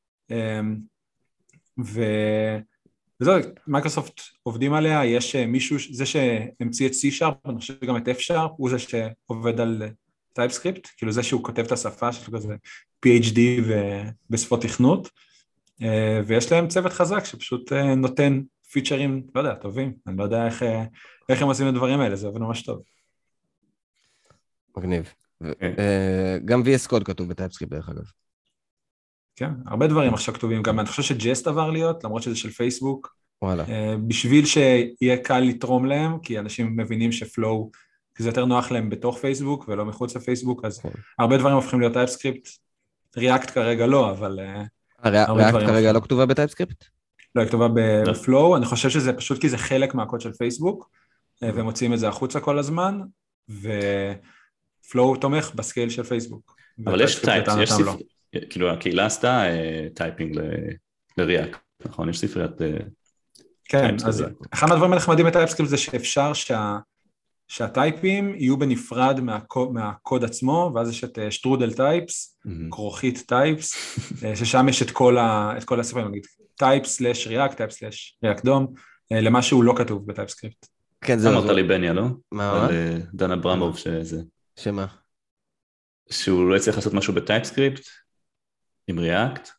ו... וזהו, מייקרוסופט עובדים עליה, יש מישהו, זה שהמציא את C-Sharp, אני חושב גם את F-Sharp, הוא זה שעובד על TypeScript, כאילו זה שהוא כותב את השפה, שיש לו כזה פי אייץ' די בשפות תכנות, ויש להם צוות חזק שפשוט נותן פיצ'רים, לא יודע, טובים, אני לא יודע איך, איך הם עושים את הדברים האלה, זה עובד ממש טוב. מגניב. גם וי אס Code כתוב בטייפסקריפט דרך אגב. כן, הרבה דברים עכשיו כתובים, גם אני חושב שג'סט עבר להיות, למרות שזה של פייסבוק, וואלה. בשביל שיהיה קל לתרום להם, כי אנשים מבינים שפלואו, כי זה יותר נוח להם בתוך פייסבוק, ולא מחוץ לפייסבוק, אז הרבה דברים הופכים להיות טייפסקריפט, ריאקט כרגע לא, אבל... ריאקט כרגע לא כתובה בטייפסקריפט? לא, היא כתובה בפלואו, אני חושב שזה פשוט כי זה חלק מהקוד של פייסבוק, והם מוצאים את זה החוצה כל הזמן, ופלואו תומך בסקייל של פייסבוק. אבל יש טייפס, יש ספר... כאילו הקהילה עשתה טייפינג לריאקט, נכון? יש ספריית כן, אז אחד מהדברים הנחמדים בטייפסקריפט זה שאפשר שהטייפים יהיו בנפרד מהקוד עצמו, ואז יש את שטרודל טייפס, כרוכית טייפס, ששם יש את כל הספרים, נגיד טייפ סלש ריאקט, טייפ סלש ריאקט דום, למה שהוא לא כתוב בטייפסקריפט. כן, זה אמרת לי בניה, לא? מה? דן אברמוב שזה. שמה? שהוא לא יצליח לעשות משהו בטייפסקריפט, עם ריאקט.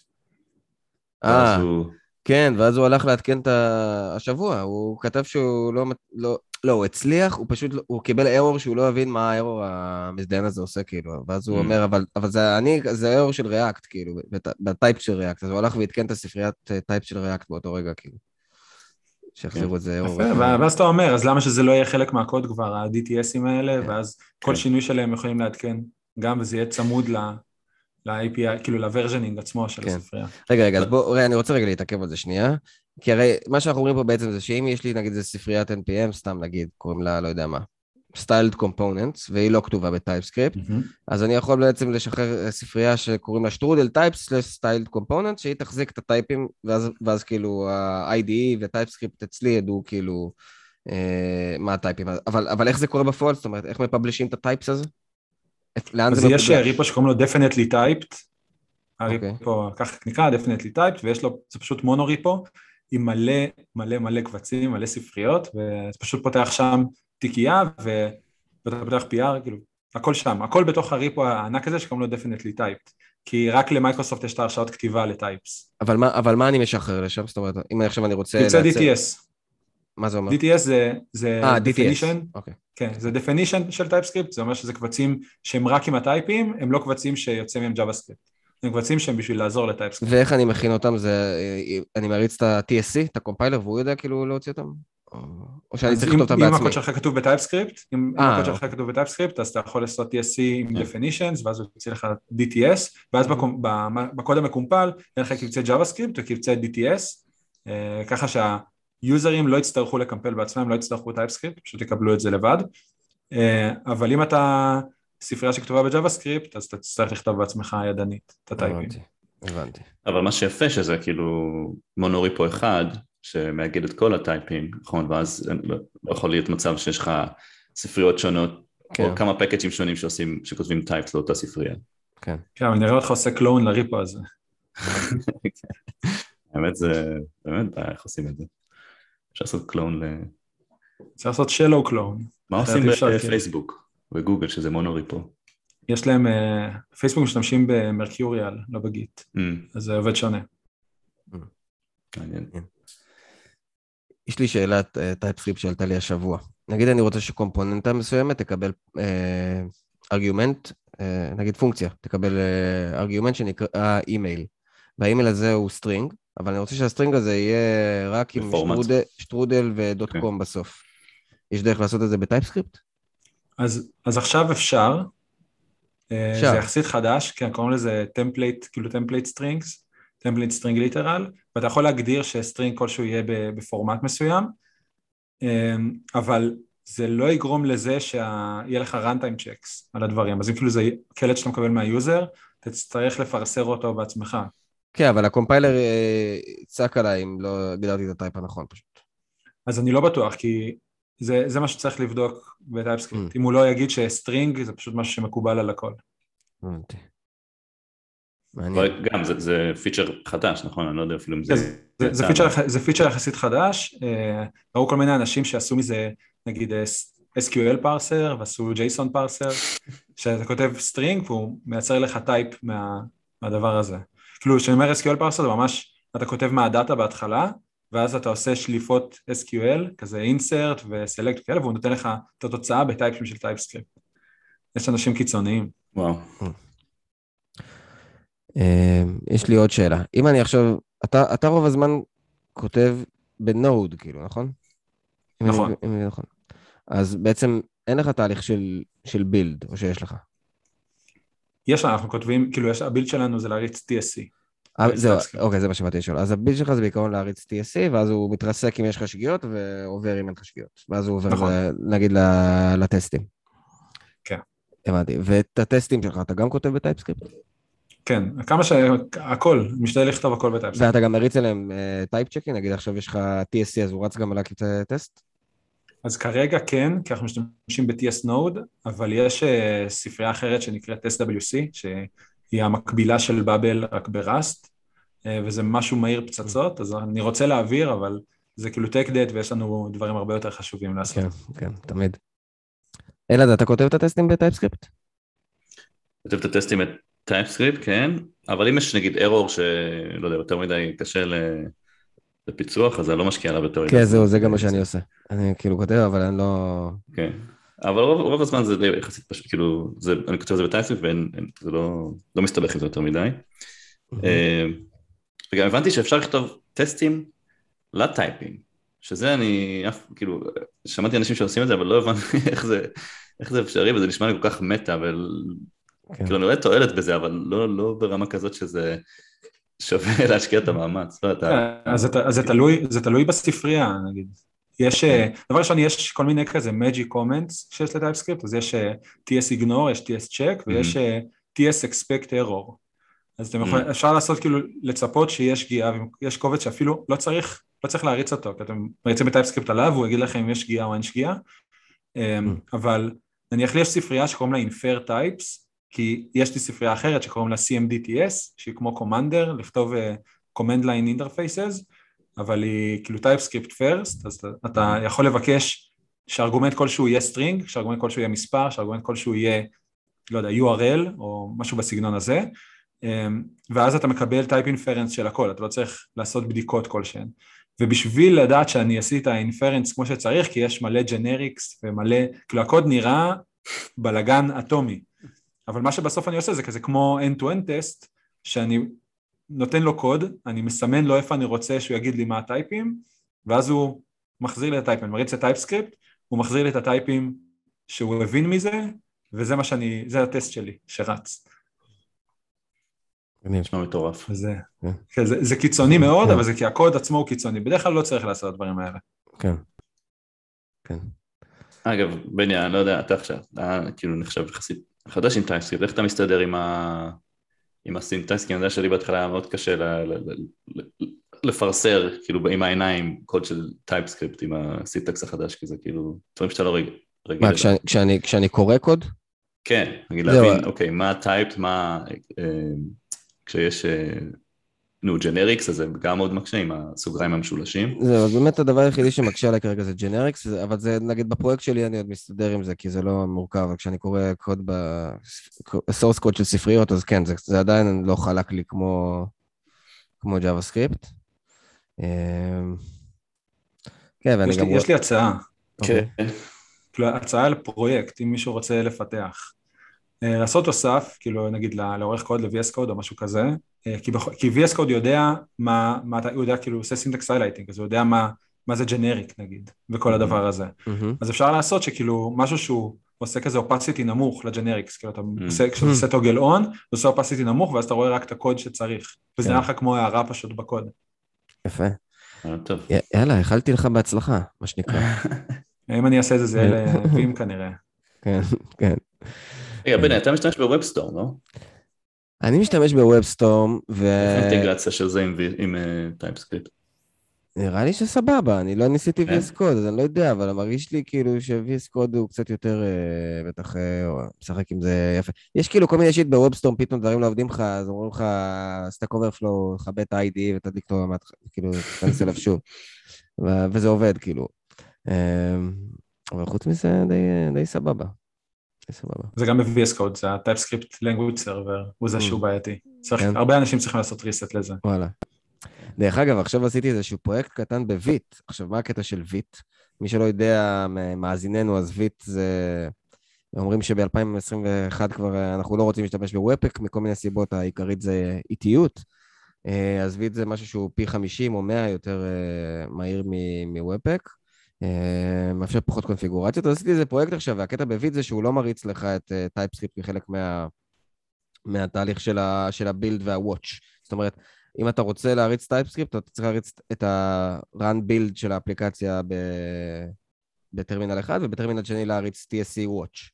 אה, כן, ואז הוא הלך להתקן את השבוע, הוא כתב שהוא לא, לא, לא, הוא הצליח, הוא פשוט, הוא קיבל ארור שהוא לא הבין מה הארור המזדיין הזה עושה, כאילו, ואז הוא אומר, אבל, אבל זה, אני, זה ארור של ריאקט, כאילו, בטייפ של ריאקט, אז הוא הלך והתקן את הספריית טייפ של ריאקט באותו רגע, כאילו, שיחזירו את זה ארור. ואז אתה אומר, אז למה שזה לא יהיה חלק מהקוד כבר, ה-די טי אסים האלה, ואז כל שינוי שלהם יכולים להתקן, גם וזה יהיה צמוד ל... ל-איי פי איי, כאילו לוורז'נינג עצמו של הספרייה. רגע, רגע, אז בוא, אני רוצה רגע להתעכב על זה שנייה, כי הרי מה שאנחנו אומרים פה בעצם זה שאם יש לי נגיד איזה ספריית אן פי אם, סתם נגיד, קוראים לה, לא יודע מה, Styled Components, והיא לא כתובה בטייפסקריפט, אז אני יכול בעצם לשחרר ספרייה שקוראים לה Strudel Types Styled Components, שהיא תחזיק את הטייפים, ואז כאילו ה-איי די איי וטייפסקריפט אצלי ידעו כאילו מה הטייפים, אבל איך זה קורה בפועל? זאת אומרת, איך מפבלישים את הטייפס הזה? אז יש ריפו שקוראים לו definitely typed, הריפו כך נקרא definitely typed, ויש לו, זה פשוט מונו ריפו, עם מלא מלא מלא קבצים, מלא ספריות, וזה פשוט פותח שם תיקייה, ואתה פותח פי אר, כאילו, הכל שם, הכל בתוך הריפו הענק הזה שקוראים לו definitely typed, כי רק למייקרוסופט יש את ההרשאות כתיבה לטייפס. אבל מה, אבל מה אני משחרר לשם? זאת אומרת, אם עכשיו אני רוצה... יוצא די טי אס. מה זה אומר? די טי אס זה, זה אה, די טי אס. definition, אוקיי. כן, זה definition של TypeScript, זה אומר שזה קבצים שהם רק עם הטייפים, הם לא קבצים שיוצאים מהם JavaScript, הם קבצים שהם בשביל לעזור לטייפסקריפט. ואיך אני מכין אותם? זה, אני מריץ את ה-טי אס סי, את הקומפיילר, והוא יודע כאילו להוציא אותם? או שאני צריך לכתוב אותה בעצמי? אם הקוד שלך כתוב בטייפסקריפט, אם הקוד שלך כתוב בטייפסקריפט, אז אתה יכול לעשות טי אס סי עם definitions, ואז הוא יוצא לך די טי אס, ואז בקוד המקומפל, יהיה לך קבצי JavaScript וקבצי די טי אס, ככה שהיוזרים לא יצטרכו לקמפל בעצמם, לא יצטרכו טייפסקריפט, פשוט יקבלו את זה לבד. אבל אם אתה ספרייה שכתובה ב-JavaScript, אז אתה תצטרך לכתוב בעצמך ידנית, את הטייפים. הבנתי. אבל מה שיפה שזה כאילו מונוריפו אחד, שמאגד את כל הטייפים, נכון? ואז לא יכול להיות מצב שיש לך ספריות שונות, או כמה פקאג'ים שונים שעושים, שכותבים טייפס לאותה ספרייה. כן. כן, אבל נראה אותך עושה קלון לריפו הזה. האמת זה, באמת, איך עושים את זה? אפשר לעשות קלון ל... אפשר לעשות שלו קלון. מה עושים בפייסבוק וגוגל, שזה מונוריפו? יש להם, פייסבוק משתמשים במרקיוריאל, לא בגיט, אז זה עובד שונה. מעניין. יש לי שאלת טייפסקריפט שעלתה לי השבוע. נגיד אני רוצה שקומפוננטה מסוימת תקבל ארגומנט, נגיד פונקציה, תקבל ארגומנט שנקרא אימייל, והאימייל הזה הוא סטרינג, אבל אני רוצה שהסטרינג הזה יהיה רק עם שטרודל ודוט קום בסוף. יש דרך לעשות את זה בטייפסקריפט? אז עכשיו אפשר, זה יחסית חדש, כי קוראים לזה טמפלייט, כאילו טמפלייט סטרינגס, טמפלייט סטרינג ליטרל, ואתה יכול להגדיר שסטרינג כלשהו יהיה בפורמט מסוים, אבל זה לא יגרום לזה שיהיה לך runtime checks על הדברים, אז אם כאילו זה קלט שאתה מקבל מהיוזר, אתה תצטרך לפרסר אותו בעצמך. כן, אבל הקומפיילר צעק עליי אם לא הגדרתי את הטייפ הנכון פשוט. אז אני לא בטוח, כי זה, זה מה שצריך לבדוק בטייפסקריפט. Mm. אם הוא לא יגיד שסטרינג, זה פשוט משהו שמקובל על הכל. הבנתי. אבל גם, זה, זה פיצ'ר חדש, נכון? אני לא יודע אפילו אם זה... זה, זה, זה, פיצ'ר, זה פיצ'ר יחסית חדש. ראו כל מיני אנשים שעשו מזה, נגיד, אס קיו אל פארסר, ועשו ג'ייסון פארסר, שאתה כותב סטרינג, והוא מייצר לך טייפ מה, מהדבר הזה. כאילו, כשאני אומר אס קיו אל פארסר, זה ממש, אתה כותב מהדאטה בהתחלה, ואז אתה עושה שליפות אס קיו אל, כזה insert ו-select וכאלה, והוא נותן לך את התוצאה בטייפים של טייפסקריפט. יש אנשים קיצוניים. וואו. יש לי עוד שאלה. אם אני עכשיו, אתה, אתה רוב הזמן כותב בנוד, כאילו, נכון? נכון. נכון. אז בעצם אין לך תהליך של, של בילד, או שיש לך? יש, אנחנו כותבים, כאילו, יש, הבילד שלנו זה להריץ טי אס סי. זהו, אוקיי, זה מה שבאתי לשאול. אז הבילד שלך זה בעיקרון להריץ טי אס סי, ואז הוא מתרסק אם יש לך שגיאות, ועובר אם אין לך שגיאות. ואז הוא עובר, נכון. נגיד, לטסטים. כן. הבנתי. ואת הטסטים שלך, אתה גם כותב בטייפסקריפט? כן, כמה ש... הכל, משתדל לכתוב הכל בטייפסקריפט. ואתה גם מריץ אליהם טייפ צ'קינג, נגיד עכשיו יש לך טי אס סי, אז הוא רץ גם על הקבצי טסט? אז כרגע כן, כי אנחנו משתמשים ב-טי אס Node, אבל יש ספרייה אחרת שנקראת אס דאבליו סי, שהיא המקבילה של באבל רק בראסט, וזה משהו מהיר פצצות, אז אני רוצה להעביר, אבל זה כאילו take that, ויש לנו דברים הרבה יותר חשובים לעשות. כן, כן, תמיד. אלעד, אתה כותב את הטסטים בטייפסקריפט? כותב את הטסטים בטייפסקריפט, כן, אבל אם יש נגיד error שלא יודע, יותר מדי קשה לפיצוח, אז אני לא משקיע עליו יותר. כן, זהו, זה גם מה שאני עושה. אני כאילו כותב, אבל אני לא... כן, אבל רוב הזמן זה די יחסית פשוט, כאילו, אני כותב את זה בטייפסקריפט, וזה לא מסתבך עם זה יותר מדי. וגם הבנתי שאפשר לכתוב טסטים לטייפים, שזה אני, כאילו, שמעתי אנשים שעושים את זה, אבל לא הבנתי איך זה, איך זה אפשרי, וזה נשמע לי כל כך מטה, וכאילו, אני רואה תועלת בזה, אבל לא, לא ברמה כזאת שזה שווה להשקיע את המאמץ. אז זה תלוי, זה תלוי בספרייה, נגיד. יש, דבר ראשון, יש כל מיני כזה magic comments שיש לטייפסקריפט, אז יש טי אס ignore, יש טי אס check, ויש טי אס expect error. אז אתם יכולים, אפשר לעשות כאילו, לצפות שיש שגיאה, ויש קובץ שאפילו לא צריך, לא צריך להריץ אותו, כי אתם מריצים בטייפסקריפט עליו, והוא יגיד לכם אם יש שגיאה או אין שגיאה, אבל נניח לי יש ספרייה שקוראים לה infer types, כי יש לי ספרייה אחרת שקוראים לה סי אם די טי אס, שהיא כמו commander, לכתוב command line interfaces, אבל היא כאילו TypeScript first, אז אתה, אתה יכול לבקש שהארגומנט כלשהו יהיה string, שהארגומנט כלשהו יהיה מספר, שהארגומנט כלשהו יהיה, לא יודע, יו אר אל, או משהו בסגנון הזה, ואז אתה מקבל type inference של הכל, אתה לא צריך לעשות בדיקות כלשהן. ובשביל לדעת שאני עשיתי את ה-inference כמו שצריך, כי יש מלא generics ומלא, כאילו הקוד נראה בלגן אטומי, אבל מה שבסוף אני עושה זה כזה כמו end-to-end test, שאני נותן לו קוד, אני מסמן לו איפה אני רוצה שהוא יגיד לי מה הטייפים, ואז הוא מחזיר לי את הטייפים, אני מריץ את טייפסקריפט, הוא מחזיר לי את הטייפים שהוא הבין מזה, וזה מה שאני, זה הטסט שלי שרץ. אני נשמע מטורף. זה, זה, זה קיצוני מאוד, אבל זה כי הקוד עצמו הוא קיצוני, בדרך כלל לא צריך לעשות את הדברים האלה. כן, כן. אגב, בני, אני לא יודע, אתה עכשיו, אתה כאילו נחשב יחסית חדש עם טייפסקריפט, איך אתה מסתדר עם ה... עם הסינטקס, כי אני יודע שלי בהתחלה היה מאוד קשה לפרסר, כאילו עם העיניים, קוד של טייפסקריפט עם הסינטקס החדש, כי זה כאילו, דברים שאתה לא רגיל. מה, כשאני קורא קוד? כן, נגיד להבין, אוקיי, מה הטייפ, מה, כשיש, נו, ג'נריקס, אז זה גם מאוד מקשה עם הסוגריים המשולשים. זהו, אז באמת הדבר היחידי שמקשה עליי כרגע זה ג'נריקס, אבל זה, נגיד, בפרויקט שלי אני עוד מסתדר עם זה, כי זה לא מורכב, אבל כשאני קורא קוד בסורס קוד של ספריות, אז כן, זה, זה עדיין לא חלק לי כמו, כמו JavaScript. כן, ואני יש גם... לי, יש לי הצעה. כן. כאילו, הצעה לפרויקט, אם מישהו רוצה לפתח. לעשות תוסף, כאילו נגיד לעורך קוד ל-וי אס קוד או משהו כזה, כי, בכ... כי וי אס קוד יודע מה, מה אתה, הוא יודע כאילו, הוא עושה סינטקס highlighting, אז הוא יודע מה, מה זה ג'נריק נגיד, וכל mm-hmm. הדבר הזה. Mm-hmm. אז אפשר לעשות שכאילו משהו שהוא עושה כזה opacity נמוך לג'נריקס, כאילו אתה mm-hmm. עושה, כשאתה עושה טוגל און, אתה עושה opacity נמוך, ואז אתה רואה רק את הקוד שצריך, וזה נראה לך כמו הערה פשוט בקוד. יפה. טוב. י- יאללה, החלתי לך בהצלחה, מה שנקרא. אם אני אעשה את זה, זה יהיה לווים כנראה. כן, כן. רגע, בני, אתה משתמש בוובסטורם, לא? אני משתמש בוובסטורם, ו... איך האינטגרציה של זה עם טייפסקריפט? נראה לי שסבבה, אני לא ניסיתי וי אס קוד, אז אני לא יודע, אבל מרגיש לי כאילו ש-וי אס קוד הוא קצת יותר, בטח, משחק עם זה יפה. יש כאילו כל מיני שיט בוובסטורם, פתאום דברים לא עובדים לך, אז אומרים לך, סטאק אוברפלואו, חבא את ה-איי די ותדליק אותו, כאילו, תכנס אליו שוב. וזה עובד, כאילו. אבל חוץ מזה, די סבבה. זה גם ב-וי אס Code, זה ה-TypeScript Language Server, הוא זה שהוא בעייתי. הרבה אנשים צריכים לעשות reset לזה. וואלה. דרך אגב, עכשיו עשיתי איזשהו פרויקט קטן ב-ויט. עכשיו, מה הקטע של ויט? מי שלא יודע, מאזיננו, אז ויט זה... אומרים שב-אלפיים עשרים ואחת כבר אנחנו לא רוצים להשתמש בוופק, מכל מיני סיבות, העיקרית זה איטיות. אז ויט זה משהו שהוא פי חמישים או מאה יותר מהיר מוופק. מאפשר פחות קונפיגורציות, אז עשיתי איזה פרויקט עכשיו, והקטע בוויט זה שהוא לא מריץ לך את טייפסקריפט כחלק מה, מהתהליך של, ה, של הבילד והוואץ'. זאת אומרת, אם אתה רוצה להריץ טייפסקריפט, אתה צריך להריץ את ה-run build של האפליקציה ב, בטרמינל אחד, ובטרמינל שני להריץ טי אס סי watch.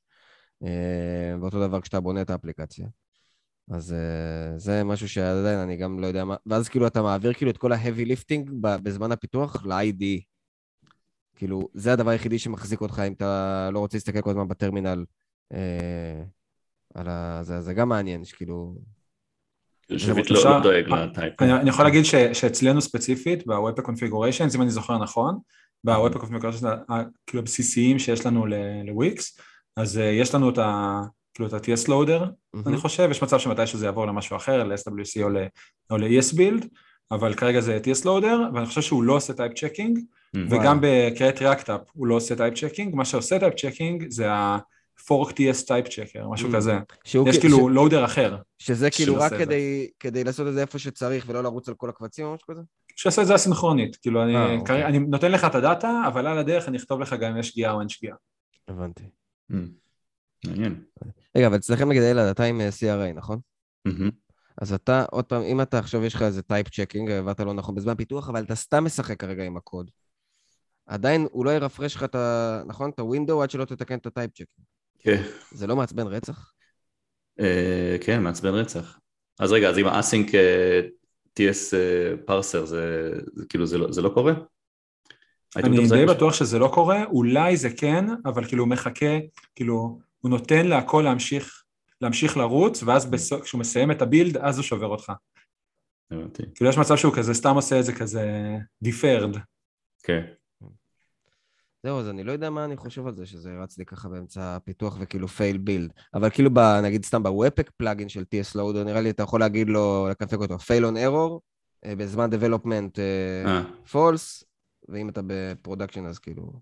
ואותו דבר כשאתה בונה את האפליקציה. אז זה משהו שעדיין אני גם לא יודע מה, ואז כאילו אתה מעביר כאילו את כל ה-heavy lifting בזמן הפיתוח ל-איי די אי. כאילו, זה הדבר היחידי שמחזיק אותך, אם אתה לא רוצה להסתכל כל הזמן בטרמינל, אה, על ה... זה, זה גם מעניין, שכאילו... שביט לא, לא דואג לטייפ. אני, אני יכול להגיד ש, שאצלנו ספציפית, ב-Webpack Configurations, אם אני זוכר נכון, ב-Webpack Configurations, כאילו הבסיסיים שיש לנו ל-Wix, אז uh, יש לנו את ה... כאילו את ה-טי אס Loader, mm-hmm. אני חושב, יש מצב שמתי שזה יעבור למשהו אחר, ל-אס דאבליו סי או ל-אי אס Build, אבל כרגע זה טי אס Loader, ואני חושב שהוא לא עושה טייפ צ'קינג, וגם ב-Create React App הוא לא עושה טייפ צ'קינג, מה שעושה טייפ צ'קינג זה ה-Fork טי אס טייפ צ'קר, משהו כזה. יש כאילו לואודר אחר. שזה כאילו רק כדי לעשות את זה איפה שצריך ולא לרוץ על כל הקבצים או משהו כזה? שעושה את זה הסינכרונית, כאילו אני נותן לך את הדאטה, אבל על הדרך אני אכתוב לך גם אם יש שגיאה או אין שגיאה. הבנתי. מעניין. רגע, אבל אצלכם נגיד אלה הדאטה עם סי אר איי, נכון? אז אתה, עוד פעם, אם אתה עכשיו יש לך איזה טייפ צ'קינג, ועברת לא נכון בזמן פיתוח, אבל אתה סתם משחק כרגע עם הקוד. עדיין הוא לא ירפרש לך את ה... נכון? את הווינדו עד שלא תתקן את הטייפ צ'קינג. כן. זה לא מעצבן רצח? כן, מעצבן רצח. אז רגע, אז עם ה-async טי אס parser, זה כאילו זה לא קורה? אני די בטוח שזה לא קורה, אולי זה כן, אבל כאילו הוא מחכה, כאילו הוא נותן להכל להמשיך, להמשיך לרוץ, ואז כשהוא מסיים את הבילד, אז הוא שובר אותך. הבנתי. כאילו יש מצב שהוא כזה, סתם עושה את זה כזה deferred. כן. זהו, אז אני לא יודע מה אני חושב על זה, שזה רץ לי ככה באמצע הפיתוח וכאילו fail build, אבל כאילו נגיד סתם בוופק פלאגין של טי אס Loader, נראה לי אתה יכול להגיד לו, לקפק אותו, fail on error, בזמן development false, ואם אתה בפרודקשן אז כאילו...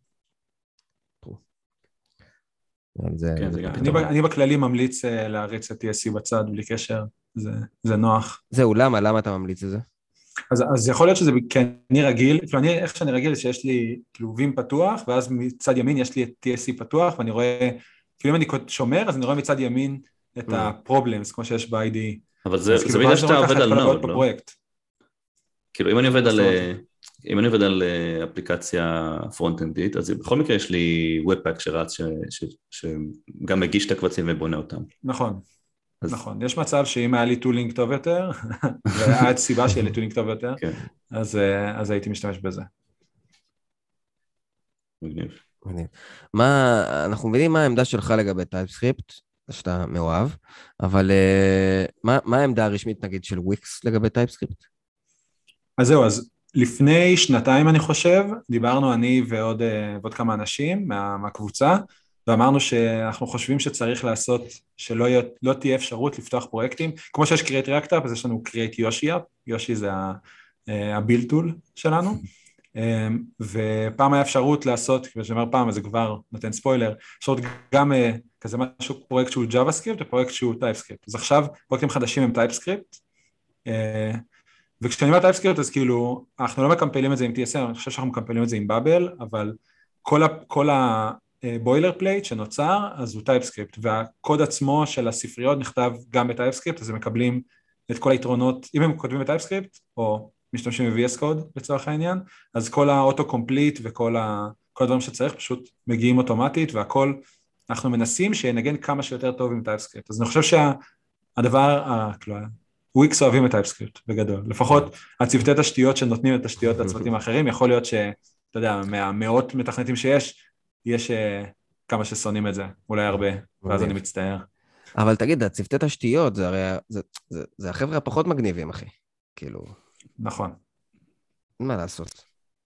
אני בכללי ממליץ להריץ את טי אס סי בצד בלי קשר, זה נוח. זהו, למה? למה אתה ממליץ את זה? אז, אז יכול להיות שזה כי אני רגיל, כאילו אני, איך שאני רגיל שיש לי כאילו וים פתוח, ואז מצד ימין יש לי את טי אס סי פתוח, ואני רואה, כאילו אם אני שומר, אז אני רואה מצד ימין את ה-problems, כמו שיש ב-איי די אי. אבל זה בגלל שאתה עובד על נוד, לא? כאילו אם אני עובד על... אם אני עובד על אפליקציה פרונט-אנדית, אז בכל מקרה יש לי Webpack שרץ, ש, ש, שגם מגיש את הקבצים ובונה אותם. נכון, אז... נכון. יש מצב שאם היה לי טולינג טוב יותר, והיה סיבה שיהיה לי טולינג טוב יותר, כן. אז, אז הייתי משתמש בזה. מגניב. מגניב. מה, אנחנו מבינים מה העמדה שלך לגבי טייפסקריפט, שאתה מאוהב, אבל מה, מה העמדה הרשמית, נגיד, של וויקס לגבי טייפסקריפט? אז זהו, אז... לפני שנתיים אני חושב, דיברנו אני ועוד, ועוד כמה אנשים מה, מהקבוצה, ואמרנו שאנחנו חושבים שצריך לעשות, שלא לא תהיה אפשרות לפתוח פרויקטים, כמו שיש Create React App, אז יש לנו Create Yoshi App, יושי זה ה-build tool שלנו, ופעם היה אפשרות לעשות, כמו שאומר פעם, אז זה כבר נותן ספוילר, אפשרות גם כזה משהו, פרויקט שהוא JavaScript ופרויקט שהוא TypeScript, אז עכשיו פרויקטים חדשים הם TypeScript, וכשאני אומר טייפסקריפט, אז כאילו, אנחנו לא מקמפלים את זה עם טי אס אם, אני חושב שאנחנו מקמפלים את זה עם בבל, אבל כל, ה, כל הבוילר פלייט שנוצר, אז הוא טייפסקריפט, והקוד עצמו של הספריות נכתב גם בטייפסקריפט, אז הם מקבלים את כל היתרונות, אם הם כותבים בטייפסקריפט, או משתמשים ב-וי אס קוד לצורך העניין, אז כל האוטו-קומפליט וכל ה, כל הדברים שצריך פשוט מגיעים אוטומטית, והכל, אנחנו מנסים שנגן כמה שיותר טוב עם טייפסקריפט, אז אני חושב שהדבר, כאילו, וויקס אוהבים את טייפסקריפט בגדול, לפחות הצוותי תשתיות שנותנים את תשתיות לצוותים האחרים, יכול להיות שאתה יודע, מהמאות מתכנתים שיש, יש כמה ששונאים את זה, אולי הרבה, ואז אני מצטער. אבל תגיד, הצוותי תשתיות, זה הרי, זה, זה, זה החבר'ה הפחות מגניבים, אחי, כאילו. נכון. מה לעשות?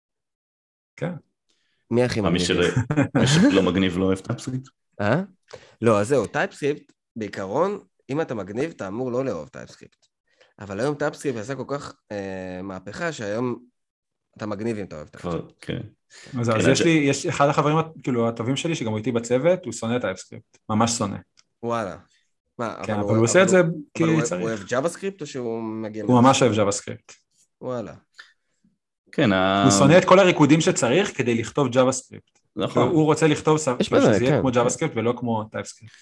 כן. מי הכי מגניב? מי שלא מגניב לא אוהב טייפסקריפט? אה? לא, אז זהו, טייפסקריפט, בעיקרון, אם אתה מגניב, אתה אמור לא לאהוב טייפסקריפט. אבל היום טייפסקריפט עשה כל כך אה, מהפכה, שהיום אתה מגניב אם אתה אוהב טייפסקריפט. כן. אז, אז יש לי, יש אחד החברים כאילו הטובים שלי, שגם הוא איתי בצוות, הוא שונא טייפסקריפט, ממש שונא. וואלה. מה, כן, אבל, אבל הוא עושה את זה כי צריך. הוא אוהב ג'אווה-סקריפט או שהוא מגיע... הוא ממש אוהב ג'אווה-סקריפט. וואלה. כן. הוא שונא את כל הריקודים שצריך כדי לכתוב ג'אווה-סקריפט. נכון. הוא רוצה לכתוב שזה יהיה כמו ג'אווה-סקריפט ולא כמו טייפסקריפט.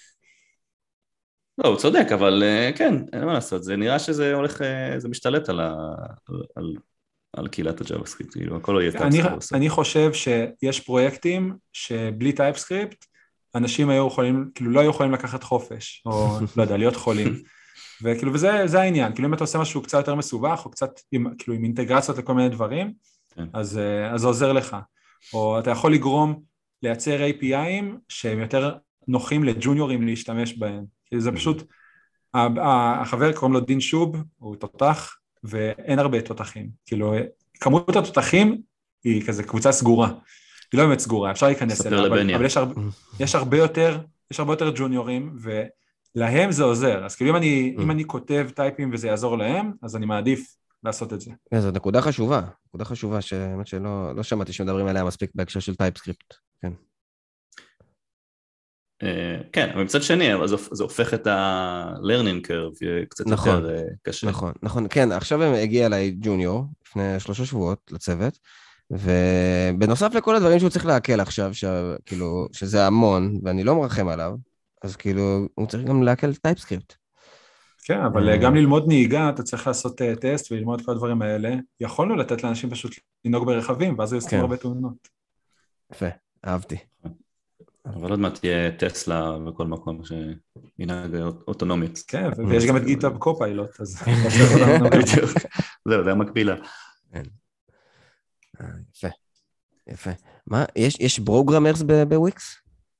לא, הוא צודק, אבל כן, אין מה לעשות, זה נראה שזה הולך, זה משתלט על, על, על קהילת הג'אווה-סקריפט, כאילו, הכל לא יהיה טייפסקריפט. אני חושב שיש פרויקטים שבלי טייפסקריפט, אנשים היו יכולים, כאילו לא היו יכולים לקחת חופש, או לא יודע, להיות חולים, וכאילו, וזה זה העניין, כאילו אם אתה עושה משהו קצת יותר מסובך, או קצת, כאילו עם אינטגרציות לכל מיני דברים, אז, אז זה עוזר לך, או אתה יכול לגרום לייצר איי פי אי'ים שהם יותר נוחים לג'וניורים להשתמש בהם, כי זה פשוט, החבר קוראים לו דין שוב, הוא תותח, ואין הרבה תותחים, כאילו, כמות התותחים היא כזה קבוצה סגורה, היא לא באמת סגורה, אפשר להיכנס אליה, אבל, אבל יש, הרבה, יש הרבה יותר, יש הרבה יותר ג'וניורים, ולהם זה עוזר, אז כאילו אם אני, אם אני כותב טייפים וזה יעזור להם, אז אני מעדיף לעשות את זה. זו נקודה חשובה, נקודה חשובה, שבאמת שלא לא שמעתי שמדברים עליה מספיק בהקשר של טייפסקריפט, כן. כן, אבל מצד שני, זה הופך את ה-learning curve קצת יותר קשה. נכון, נכון, כן, עכשיו הם הגיע אליי ג'וניור, לפני שלושה שבועות לצוות, ובנוסף לכל הדברים שהוא צריך להקל עכשיו, כאילו, שזה המון, ואני לא מרחם עליו, אז כאילו, הוא צריך גם להקל טייפסקריפט. כן, אבל גם ללמוד נהיגה, אתה צריך לעשות טסט וללמוד כל הדברים האלה, יכולנו לתת לאנשים פשוט לנהוג ברכבים, ואז יעשו הרבה תאונות. יפה, אהבתי. אבל עוד מעט תהיה טסלה וכל מקום שינהג אוטונומית. כן, ויש גם את גיטאב קופיילוט, אז... זהו, זה המקבילה. יפה, יפה. מה, יש פרוגרמרס בוויקס?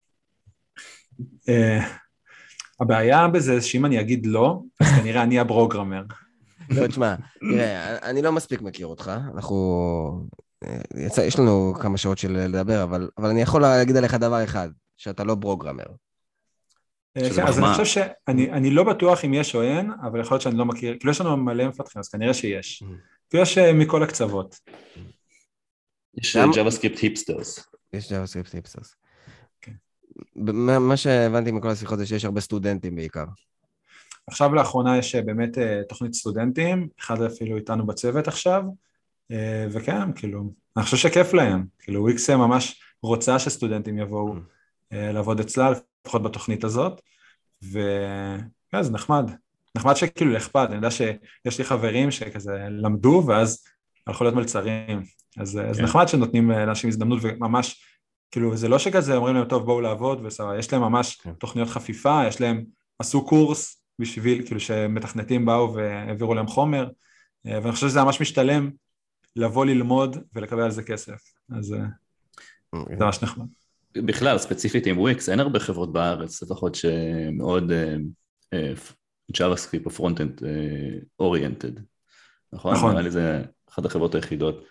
הבעיה בזה שאם אני אגיד לא, אז כנראה אני הפרוגרמר. לא, תשמע, תראה, אני לא מספיק מכיר אותך, אנחנו... יצא, יש לנו כמה שעות של לדבר, אבל, אבל אני יכול להגיד עליך דבר אחד, שאתה לא פרוגרמר. כן, אז אני חושב שאני אני לא בטוח אם יש או אין, אבל יכול להיות שאני לא מכיר, כאילו יש לנו מלא מפתחים, אז כנראה שיש. ויש מכל הקצוות. יש JavaScript hipsters. יש JavaScript hipsters. מה שהבנתי מכל השיחות זה שיש הרבה סטודנטים בעיקר. עכשיו לאחרונה יש באמת תוכנית סטודנטים, אחד אפילו איתנו בצוות עכשיו, וכן, כאילו, אני חושב שכיף להם, כאילו וויקס ממש רוצה שסטודנטים יבואו לעבוד אצלה, לפחות בתוכנית הזאת, וכן, זה נחמד, נחמד שכאילו לאכפת, אני יודע שיש לי חברים שכזה למדו, ואז הלכו להיות מלצרים, אז זה נחמד שנותנים לאנשים הזדמנות, וממש, כאילו, זה לא שכזה אומרים להם, טוב, בואו לעבוד, וסבבה, יש להם ממש תוכניות חפיפה, יש להם, עשו קורס בשביל, כאילו, שמתכנתים באו והעבירו להם חומר, ואני חושב שזה ממש משתלם לבוא ללמוד ולקבל על זה כסף, אז זה ממש נחמד. בכלל, ספציפית עם וויקס, אין הרבה חברות בארץ, לפחות שמאוד JavaScript או פרונט-אנד אוריינטד, נכון? נכון. נראה לי זה אחת החברות היחידות,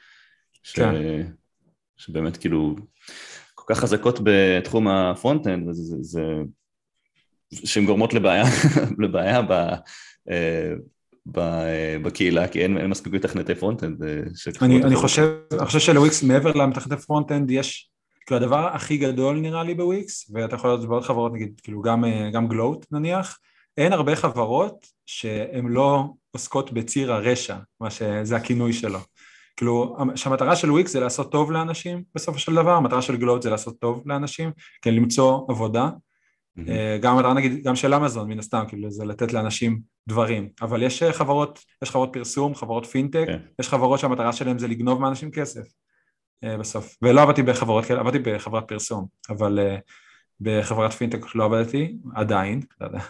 שבאמת כאילו, כל כך חזקות בתחום הפרונט-אנד, וזה, שהן גורמות לבעיה, לבעיה ב... בקהילה, כי אין מספיק מתכנתי פרונט-אנד. אני חושב, אני חושב שלוויקס מעבר למתכנתי פרונט-אנד יש, כאילו הדבר הכי גדול נראה לי בוויקס, ואתה יכול להיות בעוד חברות, נגיד, כאילו גם, גם גלוט נניח, אין הרבה חברות שהן לא עוסקות בציר הרשע, מה שזה הכינוי שלו. כאילו, שהמטרה של וויקס זה לעשות טוב לאנשים בסופו של דבר, המטרה של גלוט זה לעשות טוב לאנשים, כן, למצוא עבודה, גם המטרה נגיד, גם של אמזון מן הסתם, כאילו זה לתת לאנשים דברים, אבל יש חברות, יש חברות פרסום, חברות פינטק, יש חברות שהמטרה שלהם זה לגנוב מאנשים כסף, בסוף, ולא עבדתי בחברות כאלה, עבדתי בחברת פרסום, אבל בחברת פינטק לא עבדתי, עדיין, לא יודע,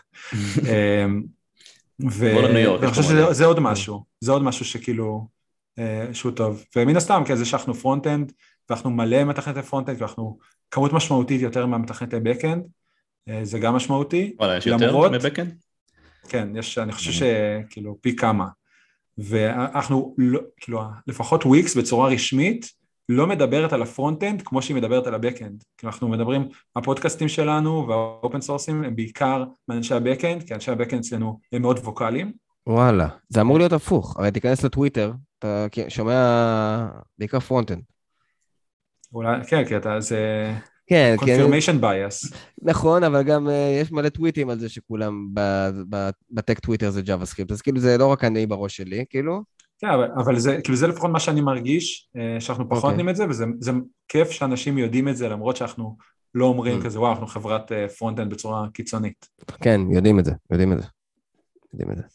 ואני חושב שזה עוד משהו, זה עוד משהו שכאילו, שהוא טוב, ומן הסתם, כזה שאנחנו פרונט-אנד, ואנחנו מלא מתכנתי פרונט-אנד, ואנחנו כמות משמעותית יותר מהמתכנתי בק-אנד, זה גם משמעותי. וואלה, יש יותר מבק-אנד? כן, יש, אני חושב שכאילו פי כמה, ואנחנו, כאילו, לפחות וויקס בצורה רשמית, לא מדברת על הפרונט-אנד כמו שהיא מדברת על הבק-אנד, כי אנחנו מדברים, הפודקאסטים שלנו והאופן סורסים הם בעיקר מאנשי הבק-אנד, כי אנשי הבק-אנד אצלנו הם מאוד ווקליים. וואלה, זה אמור להיות הפוך, הרי תיכנס לטוויטר, אתה שומע בעיקר פרונט-אנד. אולי, כן, כי אתה, זה... כן, confirmation bias. נכון, אבל גם יש מלא טוויטים על זה שכולם בטק טוויטר זה JavaScript, אז כאילו זה לא רק אני בראש שלי, כאילו. כן, אבל זה, כאילו זה לפחות מה שאני מרגיש, שאנחנו פחות נעים את זה, וזה כיף שאנשים יודעים את זה, למרות שאנחנו לא אומרים כזה, וואו, אנחנו חברת פרונט-אנד בצורה קיצונית. כן, יודעים את זה, יודעים את זה. יודעים את זה.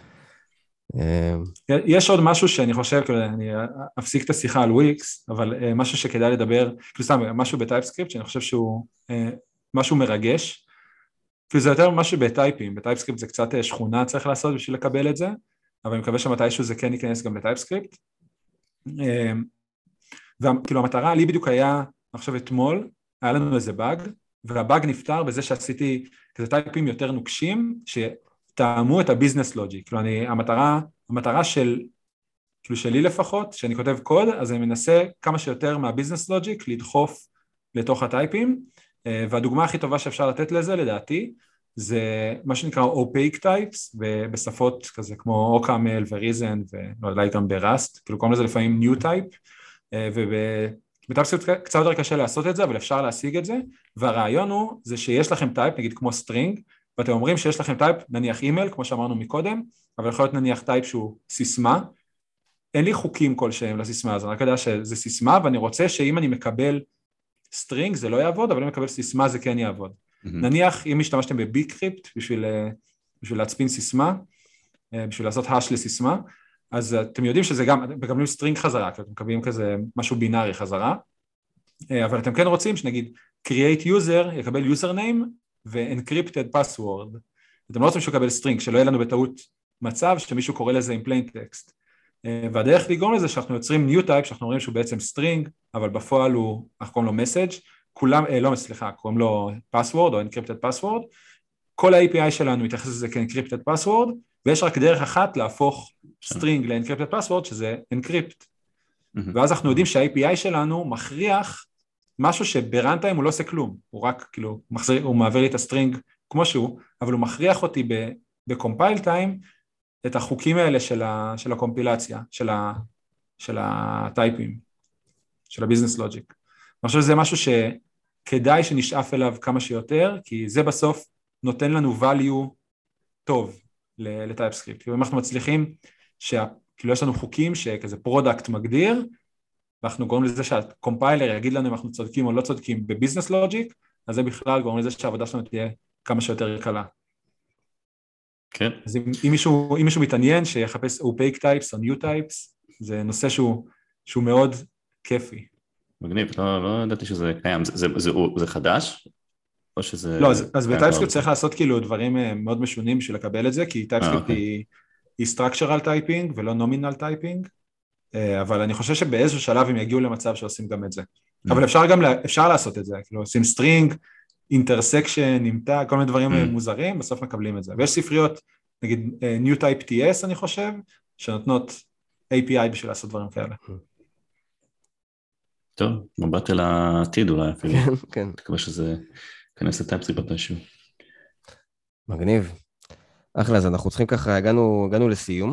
יש עוד משהו שאני חושב, אני אפסיק את השיחה על וויקס, אבל משהו שכדאי לדבר, כאילו סתם, משהו בטייפסקריפט, שאני חושב שהוא משהו מרגש, כאילו זה יותר משהו בטייפים, בטייפסקריפט זה קצת שכונה צריך לעשות בשביל לקבל את זה, אבל אני מקווה שמתישהו זה כן ייכנס גם לטייפסקריפט, וכאילו המטרה, לי בדיוק היה, אני חושב אתמול, היה לנו איזה באג, והבאג נפתר בזה שעשיתי כזה טייפים יותר נוקשים, ש... תאמו את הביזנס לוג'יק, כאילו אני, המטרה, המטרה של, כאילו שלי לפחות, שאני כותב קוד, אז אני מנסה כמה שיותר מהביזנס לוג'יק לדחוף לתוך הטייפים, והדוגמה הכי טובה שאפשר לתת לזה, לדעתי, זה מה שנקרא opaque types, בשפות כזה כמו אוקאמל וריזן, ואולי גם בראסט, כאילו קוראים לזה לפעמים new type, ובטייפסקריפט קצת יותר קשה לעשות את זה, אבל אפשר להשיג את זה, והרעיון הוא, זה שיש לכם טייפ, נגיד כמו string, ואתם אומרים שיש לכם טייפ, נניח אימייל, כמו שאמרנו מקודם, אבל יכול להיות נניח טייפ שהוא סיסמה, אין לי חוקים כלשהם לסיסמה, אז אני רק יודע שזה סיסמה, ואני רוצה שאם אני מקבל סטרינג זה לא יעבוד, אבל אם מקבל סיסמה זה כן יעבוד. Mm-hmm. נניח אם השתמשתם בביקריפט בשביל, בשביל להצפין סיסמה, בשביל לעשות hash לסיסמה, אז אתם יודעים שזה גם, מקבלים סטרינג חזרה, כי אתם מקבלים כזה משהו בינארי חזרה, אבל אתם כן רוצים שנגיד create user יקבל username, ו-encrypted password. אתם לא רוצים שהוא יקבל סטרינג, שלא יהיה לנו בטעות מצב שמישהו קורא לזה עם plain text. והדרך לגרום לזה שאנחנו יוצרים new type, שאנחנו אומרים שהוא בעצם סטרינג, אבל בפועל הוא, אנחנו קוראים לו message, כולם, אה, לא, סליחה, קוראים לו password או encrypted password, כל ה-איי פי איי שלנו מתייחס לזה כ-encrypted password, ויש רק דרך אחת להפוך סטרינג ל-encrypted password, שזה encrypt. ואז אנחנו יודעים שה-איי פי איי שלנו מכריח משהו שברנטיים הוא לא עושה כלום, הוא רק כאילו, מחזיר, הוא מעביר לי את הסטרינג כמו שהוא, אבל הוא מכריח אותי בקומפייל טיים, את החוקים האלה של, ה, של הקומפילציה, של, ה, של הטייפים, של הביזנס לוג'יק. אני חושב שזה משהו שכדאי שנשאף אליו כמה שיותר, כי זה בסוף נותן לנו value טוב, לטייפסקריפט. כאילו אם אנחנו מצליחים, כאילו יש לנו חוקים שכזה פרודקט מגדיר, ואנחנו גורמים לזה שהקומפיילר יגיד לנו אם אנחנו צודקים או לא צודקים בביזנס לוג'יק, אז זה בכלל גורם לזה שהעבודה שלנו תהיה כמה שיותר קלה. כן. אז אם, אם, מישהו, אם מישהו מתעניין שיחפש opaque types או new types, זה נושא שהוא, שהוא מאוד כיפי. מגניב, לא, לא ידעתי שזה קיים, זה, זה, זה, זה חדש? או שזה... לא, אז, אז בטייפסקריפט צריך לעשות כאילו דברים מאוד משונים בשביל לקבל את זה, כי טייפסקריפט אוקיי. היא, היא structural typing ולא nominal typing, אבל אני חושב שבאיזשהו שלב הם יגיעו למצב שעושים גם את זה. אבל אפשר גם, אפשר לעשות את זה, כאילו עושים string, intersection, נמתא, כל מיני דברים מוזרים, בסוף מקבלים את זה. ויש ספריות, נגיד new type טי אס אני חושב, שנותנות איי פי איי בשביל לעשות דברים כאלה. טוב, מבט אל העתיד אולי אפילו. כן, כן. תקווה שזה כנס לטייפסקריפט מתישהו. מגניב. אחלה, אז אנחנו צריכים ככה, הגענו, הגענו לסיום.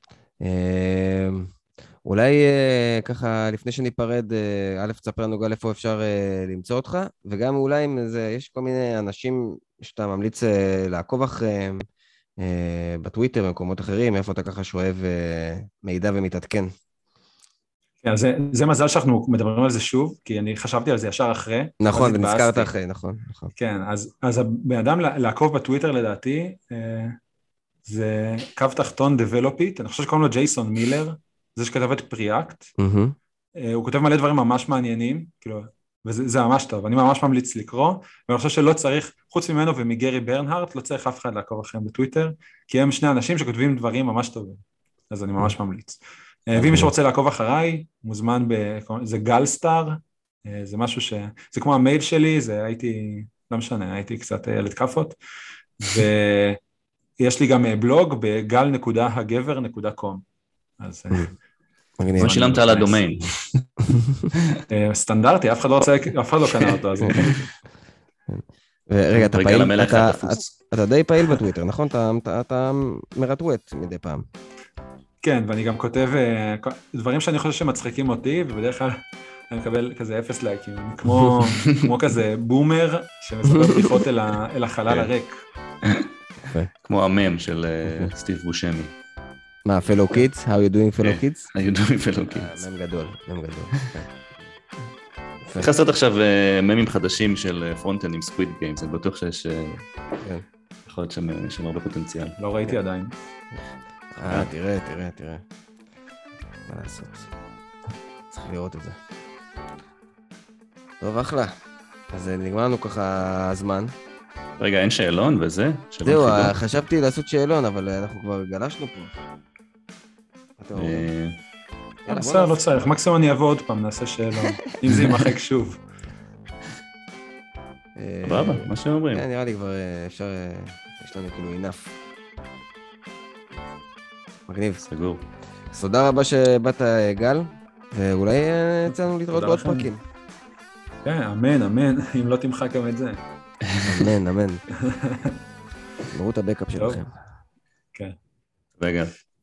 אולי ככה, לפני שניפרד, א', תספר לנו גל איפה אפשר למצוא אותך, וגם אולי אם זה, יש כל מיני אנשים שאתה ממליץ לעקוב אחריהם, בטוויטר, במקומות אחרים, איפה אתה ככה שואב מידע ומתעדכן. כן, זה, זה מזל שאנחנו מדברים על זה שוב, כי אני חשבתי על זה ישר אחרי. נכון, ונזכרת אחרי, נכון, נכון. כן, אז, אז הבן אדם לעקוב בטוויטר לדעתי, זה קו תחתון developit, אני חושב שקוראים לו ג'ייסון מילר, זה שכתב את פריאקט, mm-hmm. הוא כותב מלא דברים ממש מעניינים, כאילו, וזה זה ממש טוב, אני ממש ממליץ לקרוא, ואני חושב שלא צריך, חוץ ממנו ומגרי ברנהארט, לא צריך אף אחד לעקוב אחריהם בטוויטר, כי הם שני אנשים שכותבים דברים ממש טובים, אז אני ממש ממליץ. ואם מישהו רוצה לעקוב אחריי, מוזמן, ב... זה גלסטאר, זה משהו ש... זה כמו המייל שלי, זה הייתי, לא משנה, הייתי קצת ילד כפות, ויש לי גם בלוג בגל נקודה הגבר נקודה קום, אז... מה שילמת על הדומיין? סטנדרטי, אף אחד לא רוצה, אף אחד לא קנה אותו, אז... רגע, אתה פעיל, אתה די פעיל בטוויטר, נכון? אתה מרטווט מדי פעם. כן, ואני גם כותב דברים שאני חושב שמצחיקים אותי, ובדרך כלל אני מקבל כזה אפס לייקים, כמו, כמו כזה בומר שמספר בדיחות אל, ה, אל החלל הריק. כמו המם של סטיב בושמי. מה, fellow kids? How you doing fellow kids? How you doing fellow kids? מם גדול, מם גדול. צריך לעשות עכשיו ממים חדשים של פרונטן עם סקוויד גיימס, אני בטוח שיש... יכול להיות שם הרבה פוטנציאל. לא ראיתי עדיין. אה, תראה, תראה, תראה. מה לעשות? צריך לראות את זה. טוב, אחלה. אז נגמר לנו ככה הזמן. רגע, אין שאלון וזה? זהו, חשבתי לעשות שאלון, אבל אנחנו כבר גלשנו פה. בסדר, לא צריך. מקסימום אני אבוא עוד פעם, נעשה שאלון. אם זה ימחק שוב. סבבה, מה שאומרים. נראה לי כבר אפשר, יש לנו כאילו enough. מגניב. סגור. תודה רבה שבאת גל, ואולי יצאנו להתראות בעוד פרקים. כן, אמן, אמן, אם לא תמחק גם את זה. אמן, אמן. תמרו את הבקאפ שלכם. כן. רגע.